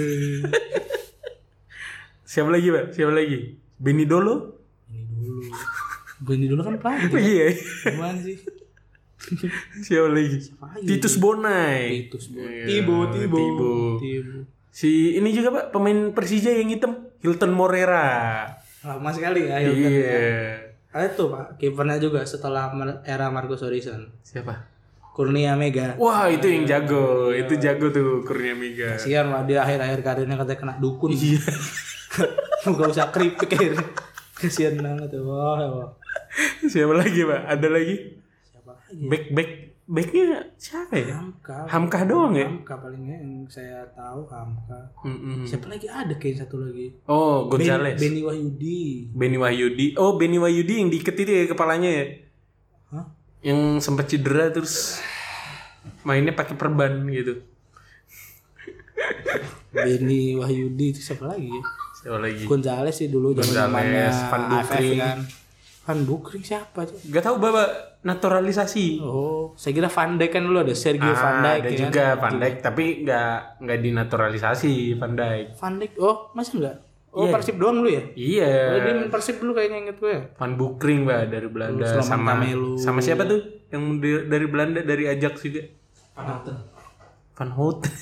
Siapa lagi, Pak? Siapa lagi? Benny Dolo? Ini dulu. Ini dulu kan pelatih. Iya. Gimana sih? Siapa lagi? lagi? Titus Bonai. Titus Bo. Iya, Tibo, Tibo. Tibo. Tibo. Si ini juga, Pak, pemain Persija yang hitam, Hilton Morera. Lama sekali ya. Hilton. Iya. Ada tuh Pak, kipernya juga setelah mer- era Marcus Horizon. Siapa? Kurnia Mega. Wah, itu yang jago. Itu jago tuh Kurnia Mega. Kasihan lah dia akhir-akhir karirnya katanya kena dukun. Iya. Gak usah keripik akhirnya. Kasihan banget tuh. Wah, wah. Siapa lagi, Pak? Ada lagi? Siapa lagi? Back back backnya siapa ya? Hamka. Hamka doang ya? Hamka palingnya yang saya tahu Hamka. Mm-mm. Siapa lagi ada kayak satu lagi? Oh, Gonzales. Ben- Benny Wahyudi. Benny Wahyudi. Oh, Benny Wahyudi yang diikat itu ya kepalanya ya? Hah? Yang sempat cedera terus mainnya pakai perban gitu. Benny Wahyudi itu siapa lagi ya? Siapa lagi? Gonzales sih dulu Gonzales, zamannya Van A F F Bukring. kan. Van Bukring siapa tuh? Gak tahu, Bapak. naturalisasi. Oh, saya kira Van Dijk kan dulu ada Sergio Ah, Van Dijk. ada ya juga kan? Van Dijk, tapi nggak nggak dinaturalisasi Van Dijk. Van Dijk, oh masih enggak? Oh Iya. Persib doang dulu ya? Iya. Oh, dia main Persib dulu kayaknya inget gue. Van Boekring Mbak dari Belanda Sloman sama Kamelu. sama siapa tuh yang di- dari Belanda dari Ajax juga. Van Houten. Van Houten.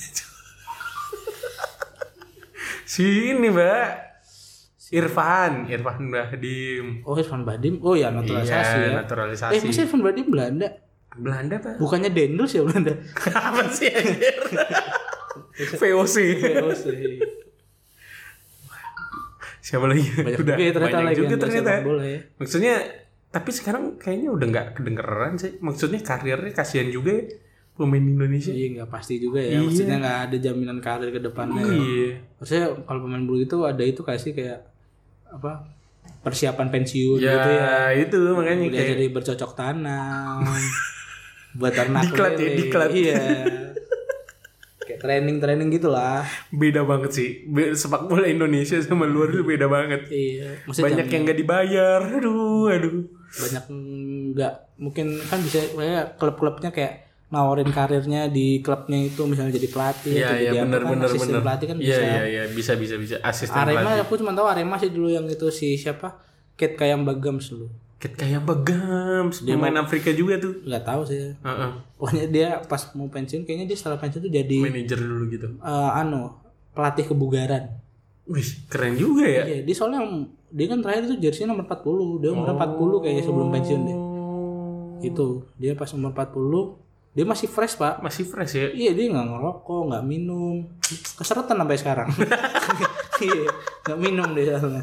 Si ini Mbak Irfan, Irfan Bahdim. Oh Irfan Bahdim, oh ya naturalisasi Iya, ya. naturalisasi. Eh masih Irfan Bahdim Belanda? Belanda Pak. Bukannya Dendels ya Belanda? Apa sih anjir? V O C. Oh, sih. Siapa lagi? Banyak Udah juga ya ternyata banyak lagi juga yang ternyata. sepak bola ya. Maksudnya tapi sekarang kayaknya udah nggak kedengeran sih. Maksudnya karirnya kasihan juga ya, pemain Indonesia. Iya nggak pasti juga ya. Iya. Maksudnya nggak ada jaminan karir ke depannya. ya. Iya. Maksudnya kalau pemain bulu itu ada itu kasih kayak apa persiapan pensiun Ya, gitu ya. itu makanya Udah kayak jadi bercocok tanam. Buat ternak Diklat ya, lele. diklat. Iya. Kayak training-training gitulah. beda banget sih. Be- sepak bola Indonesia sama luar itu beda banget. Iya. Maksudnya Banyak jam- yang nggak dibayar. Aduh, aduh. banyak nggak mungkin kan bisa kayak klub-klubnya kayak nawarin karirnya di klubnya itu misalnya jadi pelatih Iya, atau iya jadi apa benar kan, benar asisten benar. pelatih kan Iya, bisa. iya, iya, bisa bisa bisa. Asisten Arema pelatih. aku cuma tahu Arema sih dulu yang itu si siapa Kate Kayam Bagams dulu. Kit kayak Bagam, pemain Afrika juga tuh. Nggak tahu sih. Heeh. Pokoknya dia pas mau pensiun kayaknya dia setelah pensiun tuh jadi Manajer dulu gitu. eh, anu pelatih kebugaran. Wih, keren juga ya. Iya, dia soalnya dia kan terakhir tuh jersey nomor empat puluh. Dia umur empat puluh kayaknya sebelum pensiun deh. Itu, dia pas umur empat puluh, dia masih fresh, Pak. Masih fresh ya. Iya, dia nggak ngerokok, nggak minum. Keseretan sampai sekarang. Iya, nggak minum dia soalnya.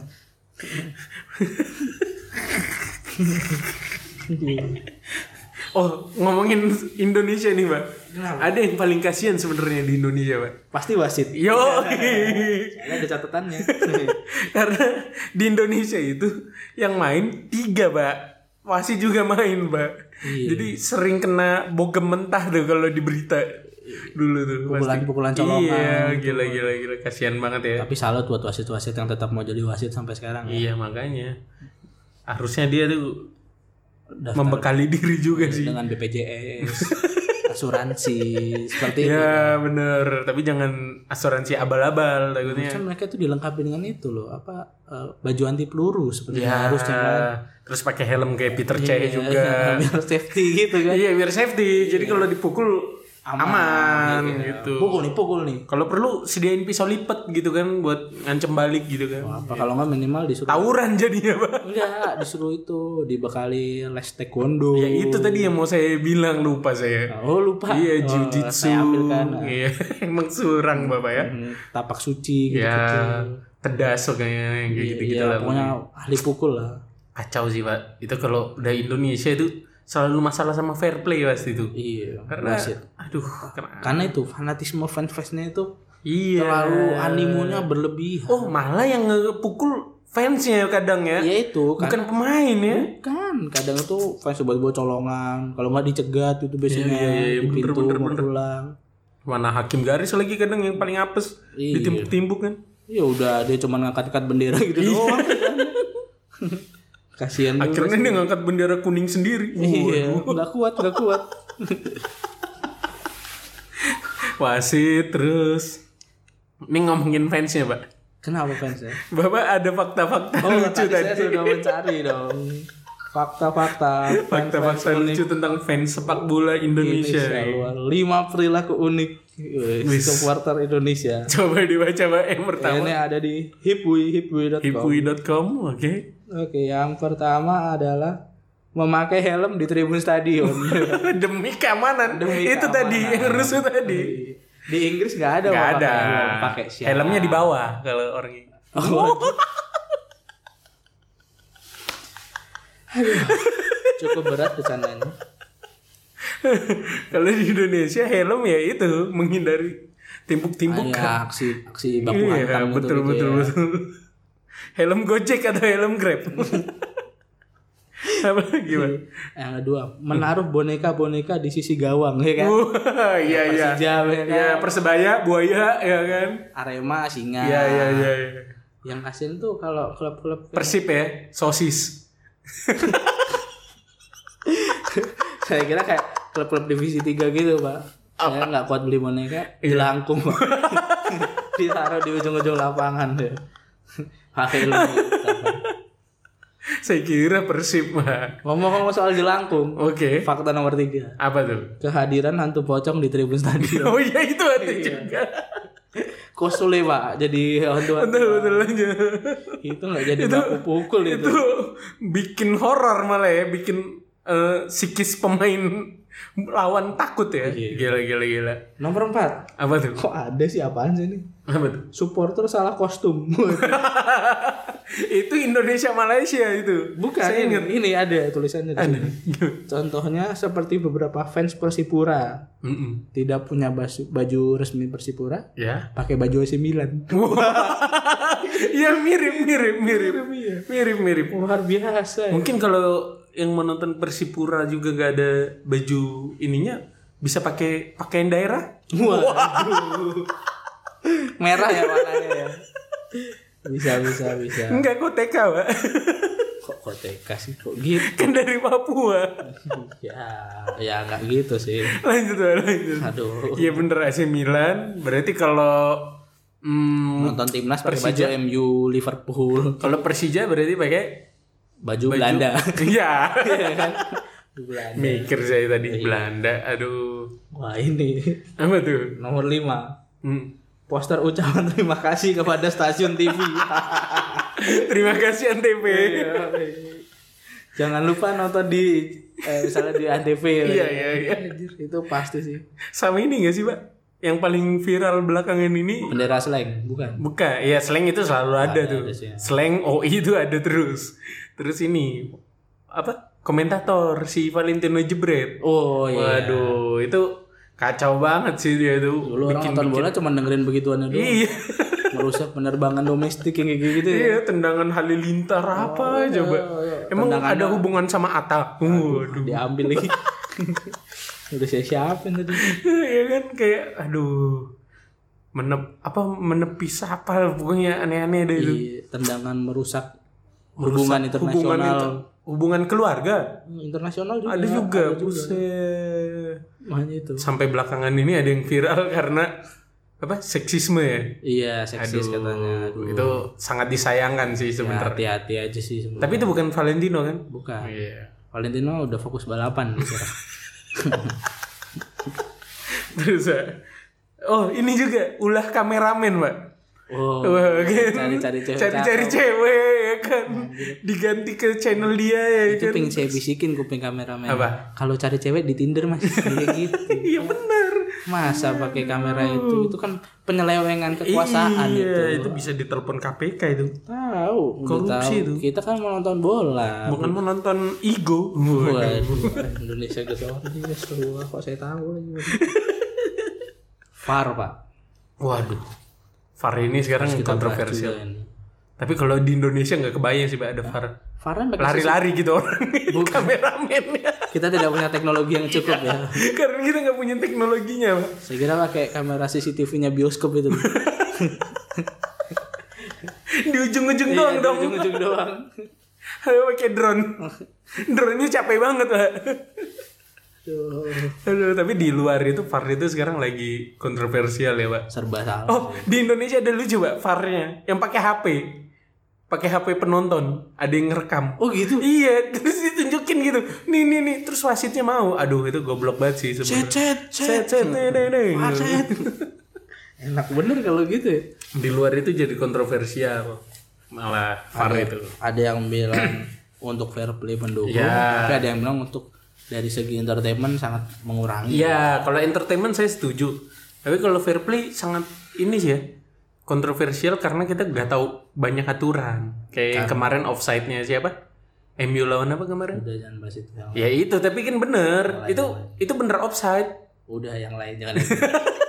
Oh, ngomongin Indonesia nih, Mbak. Kenapa? Ada yang paling kasihan sebenarnya di Indonesia, Pak. Pasti wasit. Yo. Soalnya ada catatannya. Karena di Indonesia itu yang main tiga, Pak. Wasit juga main, Pak. Iya. Jadi sering kena bogem mentah tuh kalau di berita dulu tuh. pasti. Pukulan-pukulan colongan. Iya, gila gila gila kasihan banget ya. Tapi salut buat wasit-wasit yang tetap mau jadi wasit sampai sekarang. Iya, makanya harusnya dia tuh Daftar membekali diri juga sih. dengan B P J S, asuransi, seperti itu. Ya bener, tapi jangan asuransi abal-abal takutnya. Kan mereka tuh dilengkapi dengan itu loh, apa eh, baju anti peluru seperti Ya, yang harusnya kan. terus pakai helm kayak Peter Cech Iya, juga. biar safety gitu kan. Iya, biar safety. Jadi kalau dipukul aman, Iya. gitu. Pukul nih, pukul nih. Kalau perlu sediain pisau lipat gitu kan buat ngancem balik gitu kan. Apa kalau nggak minimal disuruh Tawuran jadinya, Pak. enggak disuruh itu dibekali les taekwondo. Ya itu tadi yang mau saya bilang, lupa saya. Oh lupa. Iya, Oh, jiu-jitsu. saya ambilkan. Iya, emang surang Bapak ya. Hmm, tapak suci gitu. Ya, tedas kayaknya yang kayak gitu-gitu Iya, lah. pokoknya ahli pukul lah. Kacau sih, Pak. Itu kalau udah Indonesia itu selalu masalah sama fair play pasti itu. Iya. Karena wasit. aduh, karena Karena itu fanatisme fans-fansnya itu iya. terlalu animonya berlebihan. Oh, malah yang ngepukul fansnya kadang ya. Ya itu Bukan kan pemain ya. kan kadang itu fans buat-buat colongan, kalau nggak dicegat itu biasanya Iya, iya, iya, di bener, pintu bener, mau bener. pulang. Mana hakim garis lagi kadang yang paling apes. Iya. Ditimbuk-timbuk kan. Ya udah dia cuma ngangkat-ngangkat bendera gitu doang. Kasihan juga. Akhirnya dia ngangkat bendera kuning sendiri. Iya, nggak kuat, nggak kuat. Wasit terus. Ini ngomongin fansnya, Pak. Kenapa fans ya? Bapak ada fakta-fakta Oh, lucu tadi tadi. saya sudah mencari dong. Fakta-fakta. Fakta-fakta fans-fans lucu tentang fans sepak bola Indonesia. Indonesia. Lima perilaku unik Wis. supporter Indonesia. Coba dibaca, Pak. Yang pertama Ini ada di hipwi hipwi dot com. hipui dot com, oke. Oke, yang pertama adalah memakai helm di tribun stadion. Demi keamanan. Demi Itu keamanan. tadi yang rusuh tadi. Di Inggris nggak ada Gak mau ada. pakai helm, pakai siapa? Helmnya di bawah kalau orang ini. Oh. Aduh, cukup berat bercandanya. Kalau di Indonesia helm ya itu menghindari timbuk-timbuk. Ya, aksi aksi baku Iya, hantam gitu, betul gitu betul ya. betul. Helm Gojek atau helm Grab? Apa gimana? Yang kedua, menaruh boneka-boneka di sisi gawang, ya kan? Wah, iya iya. Persija, ya kan? Ya, Persebaya, Buaya, ya kan? Arema, Singa. Iya iya iya. iya. Yang kasihan tuh kalau klub-klub Persib ya, sosis. Saya kira kayak klub-klub divisi tiga gitu, Pak. Saya nggak kuat beli boneka, jelangkung, Pak. Ditaruh di ujung-ujung lapangan deh. Pakai lu. Saya kira Persib mah. Ngomong-ngomong soal jelangkung. Oke. Fakta nomor tiga. Apa tuh? Kehadiran hantu pocong di tribun stadion. Oh iya itu ada Iya. juga. Kosule, Pak, jadi hantu. Betul betul aja. Itu nggak jadi baku pukul itu. Itu bikin horor malah ya, bikin eh, psikis pemain lawan takut ya. Iya. Gila gila gila. Nomor empat. Apa tuh? Kok ada sih, apaan sih ini? Apa tuh? Supporter salah kostum. Itu Indonesia Malaysia itu. Bukan, Saya ini, ingat. ini ada tulisannya di Ada. sini. Contohnya seperti beberapa fans Persipura Mm-mm. tidak punya baju, baju resmi Persipura, Ya. pakai baju A C Milan. Iya mirip mirip mirip iya. mirip mirip. Luar biasa. Ya. Mungkin kalau yang menonton Persipura juga gak ada baju ininya, bisa pakai pakaian daerah. Waduh. Merah ya warnanya ya. Bisa bisa bisa. Enggak, kok T K, Pak. Kok kok T K sih kok gitu? Kan dari Papua. Ya ya nggak gitu sih. Lanjut, Pak, lanjut. Aduh. Iya bener, A C Milan. Berarti kalau hmm, Nonton timnas pakai baju Persija. M U Liverpool, kalau Persija berarti pakai baju, baju Belanda. Iya. Iya kan? Baju Belanda. Mikir saya tadi Belanda. Aduh. Wah ini Apa tuh? nomor lima. Hmm. Poster ucapan terima kasih kepada stasiun T V. Terima kasih Antv. Jangan lupa nonton di eh, misalnya di Antv. Iya, iya, iya. Itu pasti sih. Sama ini gak sih, Pak? Yang paling viral belakangan ini Bendera slang, bukan? bukan. Ya slang itu selalu ada, Ada, tuh. ada sih, ya. Slang O I itu ada terus. Terus ini apa? Komentator si Valentino Jebret. Oh iya. Waduh, itu kacau banget sih dia tuh. Dulu orang nonton bola cuma dengerin begituan doang. Iya. Merusak penerbangan domestik yang kayak gitu ya. Iya, tendangan halilintar apa iya, coba. iya. Emang Tendangannya- ada hubungan sama Atta? Waduh. Diambil lagi. Udah saya siapin tadi. Ya kan kayak aduh. Menep apa menepis apa pokoknya aneh-aneh deh itu. Iya, tendangan merusak hubungan internasional. Hubungan, itu- hubungan keluarga. Hmm, internasional juga. Ada juga, buset. Makanya itu. Sampai belakangan ini ada yang viral karena apa? Seksisme ya. Iya, seksis Aduh, katanya. Aduh. itu sangat disayangkan sih Ya, sebenarnya. hati-hati aja sih sebenarnya. Tapi itu bukan Valentino kan? Bukan. Iya. Valentino udah fokus balapan sekarang. Terus ya. Oh, ini juga ulah kameramen, Pak. Oh. Wah, kan? Cari-cari cewek. Cari-cari cakep. cewek ya kan. Diganti ke channel dia ya Itu kan. pengen saya bisikin kuping kameramen. Apa? Kalau cari cewek di Tinder Mas, kayak gitu. Iya benar. Masa pakai kamera itu? Itu kan penyelewengan kekuasaan Iya, itu. itu bisa ditelepon K P K itu. Tahu, udah Korupsi tahu. itu. Kita kan mau nonton bola. Bukan mau nonton Ego. Waduh, Indonesia Gesornya semua kok saya tahu lagi. V A R, Pak. Waduh. V A R ini sekarang Kita bahas kontroversial. juga ini. Tapi kalau di Indonesia nggak kebayang sih Pak ada V A R. V A R kan pakai Lari-lari gitu orang. Kameramennya. kita tidak punya teknologi yang cukup ya. Karena kita nggak punya teknologinya, Pak. Saya kira pakai kamera C C T V-nya bioskop itu. Di ujung-ujung doang Iya, dong. di ujung-ujung doang. Ayo pakai drone. Drone-nya capek banget, Pak. Aduh, Aduh, tapi di luar itu V A R itu sekarang lagi kontroversial ya, Pak. serba salah. Oh, di Indonesia ada lucu, Pak, V A R-nya yang pakai H P. Pakai H P penonton, ada yang ngerekam. Oh gitu. Iya, terus ditunjukin gitu. Nih nih nih, terus wasitnya mau. Aduh, itu goblok banget sih sebenarnya. Cet Set cet set nih, nih, nih. cet. Enak bener kalau gitu ya. Di luar itu jadi kontroversial. Malah V A R itu. Ada yang bilang untuk fair play pendukung, Ya. tapi ada yang bilang untuk dari segi entertainment sangat mengurangi. Iya, kalau entertainment saya setuju. Tapi kalau fair play sangat ini sih ya. Kontroversial karena kita nggak tahu banyak aturan. Kayak yang kemarin offside-nya siapa? M U lawan apa kemarin? Udah jangan bahas itu. Yang Ya itu, tapi kan bener. Itu itu bener offside. udah yang lain jangan itu.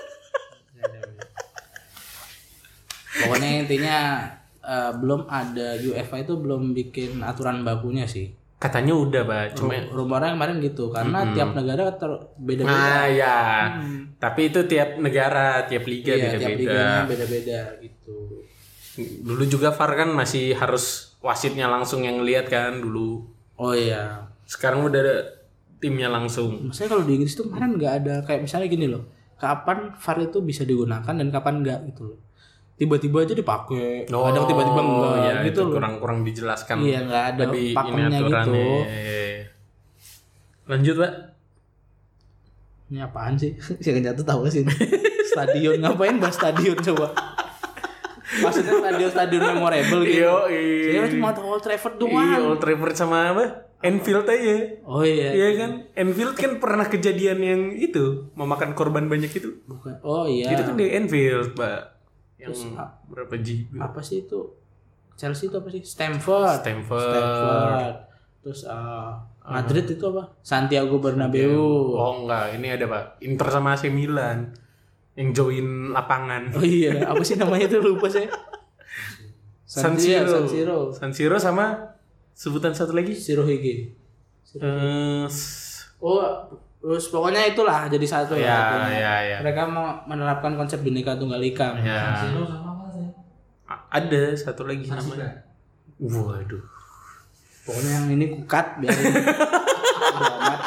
Pokoknya intinya eh, belum ada UEFA itu belum bikin aturan bakunya sih. Katanya udah, Pak. Cuma Rumornya kemarin gitu karena tiap negara ter- beda-beda. nah ya. Tapi itu tiap negara, tiap liga Iya, tiap beda-beda. liganya beda-beda gitu. Dulu juga V A R kan masih harus wasitnya langsung yang lihat kan dulu. Oh iya. Sekarang udah timnya langsung. Maksudnya kalau di Inggris tuh kemarin nggak ada kayak misalnya gini loh, kapan V A R itu bisa digunakan dan kapan enggak gitu loh. Tiba-tiba aja dipakai, Oh, kadang tiba-tiba enggak ya, gitu itu loh. kurang-kurang dijelaskan. Iya, nggak ada Lebih ini pakemnya aturannya. gitu. Iya. Lanjut, Pak. Ini apaan sih? Saya jatuh tahu sih. Stadion ngapain bahas stadion coba? Maksudnya stadion-stadion memorable gitu. Iya, Saya cuma tahu Old Trafford doang. Iya, Old Trafford sama apa? Enfield aja. Oh iya. Iya kan? Enfield kan pernah kejadian yang itu, memakan korban banyak itu. Bukan. Oh iya. Itu kan di Enfield, Pak. Yang Terus, berapa G? apa sih itu? Chelsea itu apa sih? Stamford. Stamford. Stamford. Terus uh, Madrid itu apa? Santiago Bernabeu. Oh enggak, ini ada Pak. Inter sama A C Milan yang join lapangan. Oh iya, apa sih namanya itu lupa saya. San Siro. San Siro. San Siro sama sebutan satu lagi. Shirohige. Eh, Oh, terus pokoknya itulah jadi satu ya, lah. ya, ya. Mereka mau menerapkan konsep Bhinneka Tunggal Ika. Ya. San Siro sama apa saya? A- Ada satu lagi namanya. Waduh. Pokoknya yang ini kukat biarin. Udah amat.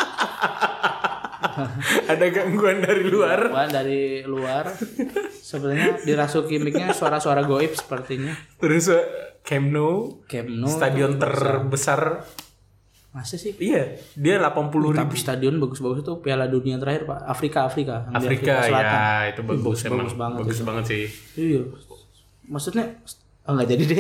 Ada gangguan dari luar. Gangguan dari luar. Sebenarnya dirasuki mic-nya suara-suara goib sepertinya. Terus uh, Camp Nou, Camp Nou stadion tuh terbesar. Masa sih? Iya, dia delapan puluh ribu. Tapi stadion bagus-bagus itu Piala Dunia terakhir Pak. Afrika Afrika. Yang di Afrika, Selatan. ya itu bagus, bagus, emang bagus banget bagus itu. banget sih. Iya. Maksudnya oh enggak jadi deh.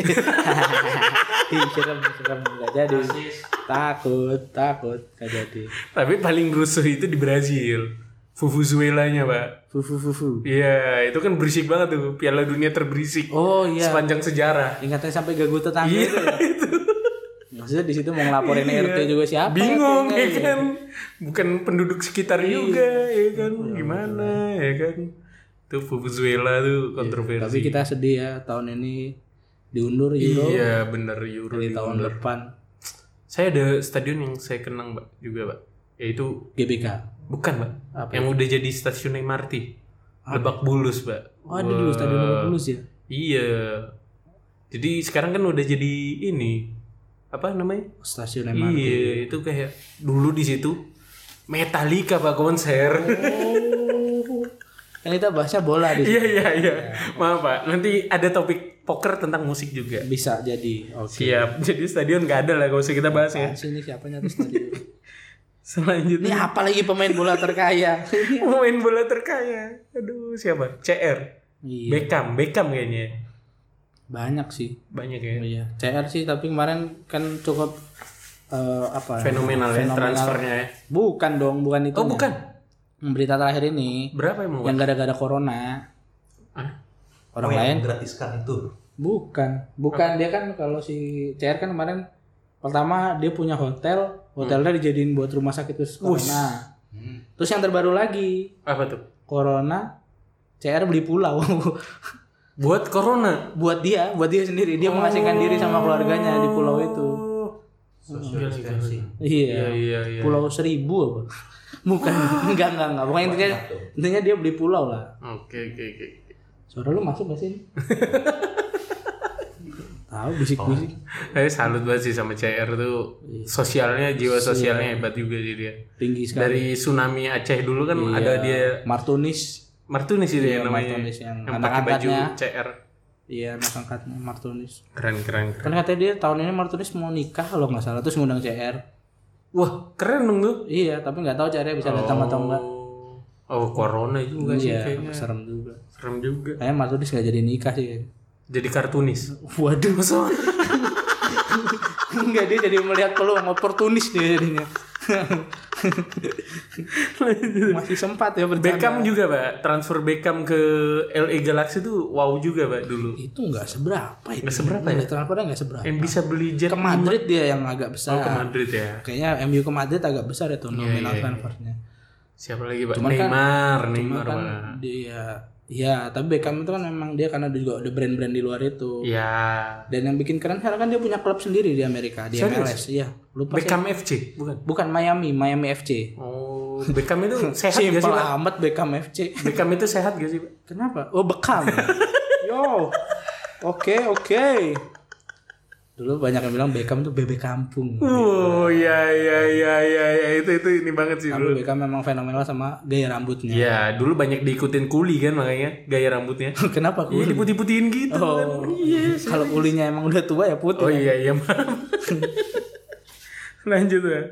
Ih, serem, serem enggak jadi. Takut, takut enggak jadi. Tapi paling rusuh itu di Brazil. Vuvuzuelanya, Pak. Fu fu fu fu. Iya, itu kan berisik banget tuh. Piala Dunia terberisik Oh iya. sepanjang sejarah. Ingatnya sampai gagu tetangga Iya, itu ya. Maksudnya di situ mau ngelaporin Iya. R T juga siapa? Bingung tuh, ya iya. kan. Bukan penduduk sekitar juga ya kan. Gimana ya kan. Itu Venezuela tuh kontroversi. Tapi kita sedih ya tahun ini diundur Euro Iya bener Euro di di tahun depan. Saya ada stadion yang saya kenang Mbak juga Mbak. Yaitu G B K. bukan Mbak. Apa yang udah jadi stasiun M R T. Lebak Bulus Mbak. Oh, ada dulu stadion Lebak Bulus ya. Iya. Jadi sekarang kan udah jadi ini apa namanya? Stasiun M R T. Iya, itu kayak dulu di situ Metallica Pak konser. Oh. Kan kita bahasnya bola di Iya situ. iya iya. Maaf Pak, nanti ada topik poker tentang musik juga. Bisa jadi. Oke. Siap. Jadi stadion nggak ada lah kalau usah kita bahas ya. Apaan sih ini siapanya tuh stadion? Ini Selanjutnya apa lagi pemain bola terkaya? pemain bola terkaya. Aduh, siapa? C R. Iya. Beckham, Beckham kayaknya. Banyak sih. Banyak ya. Iya. C R sih tapi kemarin kan cukup eh, apa? Fenomenal ya transfernya ya. Bukan dong, bukan itu. Oh, bukan. Berita terakhir ini Berapa emang, Pak? yang gara-gara corona. Hah? Orang Oh, yang lain gratiskan itu. bukan. Bukan dia kan kalau si C R kan kemarin pertama dia punya hotel, hotelnya dijadiin buat rumah sakit terus corona. Hmm. Terus yang terbaru lagi, Apa tuh? corona C R beli pulau. Buat corona. buat dia, buat dia sendiri. Dia mengasingkan diri sama keluarganya di pulau itu. Social distancing. Iya. Iya, iya, iya. Pulau Seribu apa? Bukan, enggak, enggak, enggak. Pokoknya intinya, intinya dia beli pulau lah. Oke, oke, oke. Suara lu masuk gak sih? Tahu bisik-bisik. Saya salut banget sih sama C R tuh. Sosialnya, jiwa sosialnya hebat juga sih dia. Tinggi sekali. Dari tsunami Aceh dulu kan Iya. ada dia Martunis. Martunis itu Iya, ya namanya. Martunis yang yang anak pakai baju angkatnya. C R. Iya, anak angkatnya Martunis. Keren, keren, keren. Kan katanya dia tahun ini Martunis mau nikah kalau nggak salah terus ngundang C R. Wah, keren dong tuh. Iya, tapi nggak tahu C R bisa datang atau enggak. Oh, corona juga sih Iya, kayaknya. serem juga. Serem juga. Kayaknya Martunis nggak jadi nikah sih. Jadi kartunis. Waduh, Masa? enggak dia jadi melihat peluang oportunis dia jadinya. Masih sempat ya bercanda. Beckham juga, Pak. Transfer Beckham ke L A Galaxy tuh wow juga, Pak, dulu. Itu nggak seberapa itu. Nggak seberapa ya? Transfernya nggak seberapa. Yang bisa beli jet Ke Madrid dia yang agak besar. Oh, ke Madrid ya. Kayaknya M U ke Madrid agak besar itu nominal transfernya. Siapa lagi, Pak? Cuman kan- Neymar, Cuma Neymar, kan Pak. dia ya, tapi Beckham itu kan memang dia karena juga ada brand-brand di luar itu. Ya. Dan yang bikin keren sekarang kan dia punya klub sendiri di Amerika, di M L S. Iya, lupa sih. Beckham F C, bukan? Bukan Miami, Miami F C. Oh, Beckham itu sehat gak sih, Simpel Pak? amat Beckham F C. Beckham itu sehat gak sih, Pak? Kenapa? Oh, Beckham. Yo. Oke, oke. Dulu banyak yang bilang Beckham tuh bebek kampung. Oh iya iya iya iya ya. itu itu ini banget sih Tapi dulu. Beckham memang fenomenal sama gaya rambutnya. Iya, dulu banyak diikutin kuli kan makanya gaya rambutnya. Kenapa Iya, kuli? diputih-putihin gitu kan. Oh, Iya. kalau kulinya emang udah tua ya putih. Oh iya iya maaf. Lanjut ya.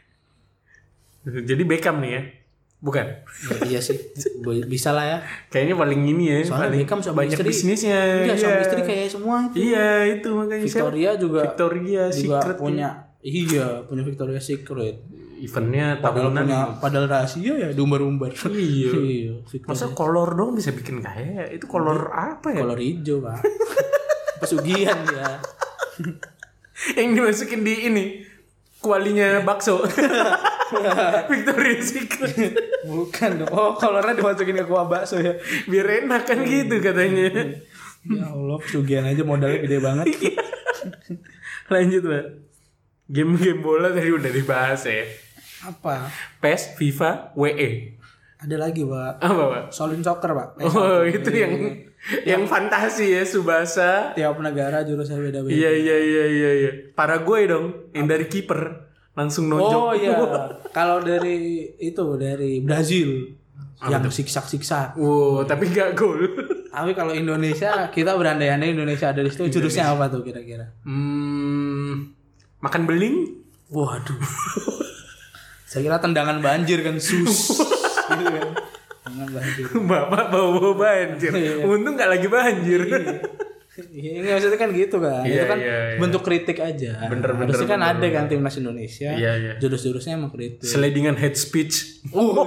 Jadi Beckham nih ya. Bukan. Ya, iya sih, bisa lah ya. Kayaknya paling ini ya, Soalnya paling Beckham suami banyak istri, bisnisnya. Iya, iya. suami istri kayak semua itu. Iya, itu makanya Victoria siapa? juga Victoria juga Secret punya iya punya Victoria Secret. eventnya Padahal tahunan. punya padahal rahasia ya diumbar-umbar. Iya. Iya, Victoria. Masa kolor dong bisa bikin kaya? Itu kolor apa ya? Kolor hijau, Pak. Pesugihan ya. Yang dimasukin di ini kualinya bakso. Victoria Secret. Bukan dong. Oh, kolornya dimasukin ke kuah bakso ya. Biar enak kan gitu katanya. Ya Allah, pesugihan aja modalnya gede banget. Lanjut, Pak. Game-game bola tadi udah dibahas ya. Apa? P E S, FIFA, W E. Ada lagi, Pak. Apa, Pak? Solin Soccer, Pak. Oh, itu yang yang fantasi ya, Subasa. Tiap negara jurusnya beda-beda. Iya, iya, iya, iya, iya. Paraguay dong, yang dari kiper langsung nonjok. Oh iya. Kalau dari itu dari Brazil yang siksak-siksak. Wow, tapi nggak gol. Tapi kalau Indonesia kita berandai-andai Indonesia ada di situ, jurusnya apa tuh kira-kira? Hmm, makan beling? Waduh. Saya kira tendangan banjir kan sus. Gitu kan. Tendangan banjir. Bapak bawa-bawa banjir. Untung nggak lagi banjir. Iya, ini maksudnya kan gitu kan. Iya, Itu kan iya, iya. bentuk kritik aja. Bener, bener, Harusnya kan bener, ada kan timnas Indonesia. Iya, iya. Jurus-jurusnya emang kritik. Slidingan head speech. Uh.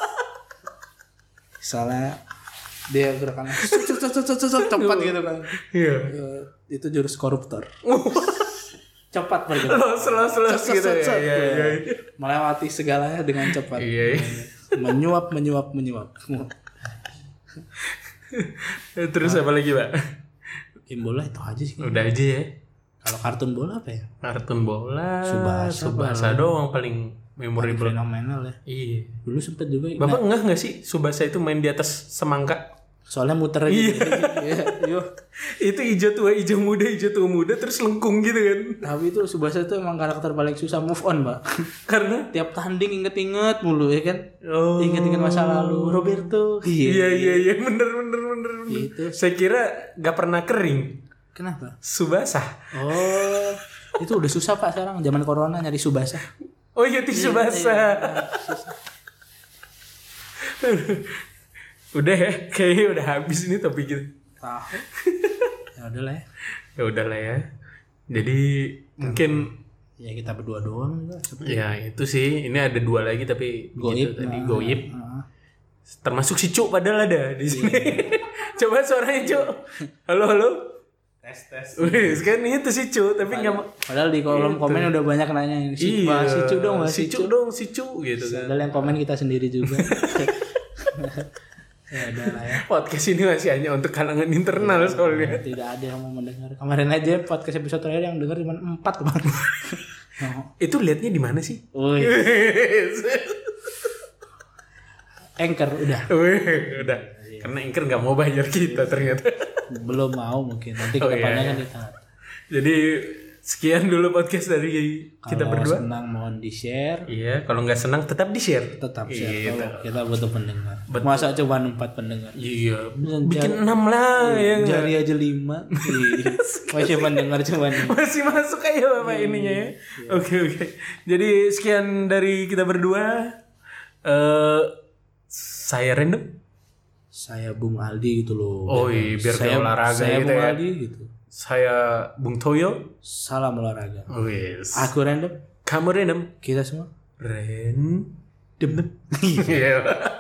Misalnya dia gerakannya cet, cet, cet, cet, cet, cepat gitu kan. Iya. Eh, itu jurus koruptor. Cepat bergerak. Los, los, los Cet, gitu cet, ya. cet, Iya, iya, iya. Melewati segalanya dengan cepat. Iya, iya. Menyuap, menyuap, menyuap. Terus apa lagi, Pak? Game bola itu aja sih. Udah aja ya. Kalau kartun bola apa ya? Kartun bola. Tsubasa, Tsubasa doang paling memorable. Fenomenal ya. Iya. Dulu sempet juga. Bapak nah, enggak nggak sih Tsubasa itu main di atas semangka? soalnya muter aja. Iya. Iya, iya. Itu hijau tua, hijau muda, hijau tua muda terus lengkung gitu kan. Tapi itu Tsubasa itu emang karakter paling susah move on, Pak. Karena Tiap tanding inget-inget mulu ya kan. oh. Inget-inget masa lalu Roberto. Iya iya iya bener bener bener. bener. Gitu. Saya kira gak pernah kering. Kenapa? Tsubasa. Oh, itu udah susah Pak sekarang zaman corona nyari Tsubasa. Oh iya tisu basah. Udah ya, kayaknya udah habis ini topik kita. Tahu. Ya udahlah ya. Ya udahlah ya. Jadi mungkin Ya kita berdua doang juga. ya itu sih. Ini ada dua lagi tapi Goib. gitu tadi Nah, goib. nah. Termasuk si Cuk padahal ada di sini. Coba suaranya Cuk. Halo halo. Tes tes. Wih, kan itu si Cuk tapi nggak. Padahal di kolom komen udah banyak nanya ini. Si, Iya. bahas si Cu dong, bahas si si Cuk Cu. dong, si Cuk gitu kan. Padahal yang komen kita sendiri juga. Ya udahlah ya. Podcast ini masih hanya untuk kalangan internal soalnya. Tidak ada yang mau mendengar. Kemarin aja podcast episode terakhir yang dengar cuma empat Bang. No. Itu liatnya di mana sih? Wih, Anchor udah. Wih, udah. Karena Anchor nggak mau bayar kita ternyata. Belum mau mungkin. Nanti Oh, kedepannya iya. kan kita. Jadi sekian dulu podcast dari kita Kalau berdua. senang mohon di-share. Iya, kalau nggak senang tetap di share. Tetap share. Gitu. Kalau kita butuh pendengar. Betul. Masa cuma empat pendengar? Iya, Dan bikin jari- enam lah ya. nggak? Jari aja lima. Iya. Masih pendengar cuma Masih masuk aja bapak ininya ya. Oke oke. Jadi sekian dari kita berdua. Eh, saya random. saya Bung Aldi gitu loh. Oh iya, biar kayak saya, olahraga saya gitu Bung ya. Aldi gitu. Saya Bung Toyo. Salam olahraga. Oh yes. Aku random. Kamu random. Kita semua. Random. Iya.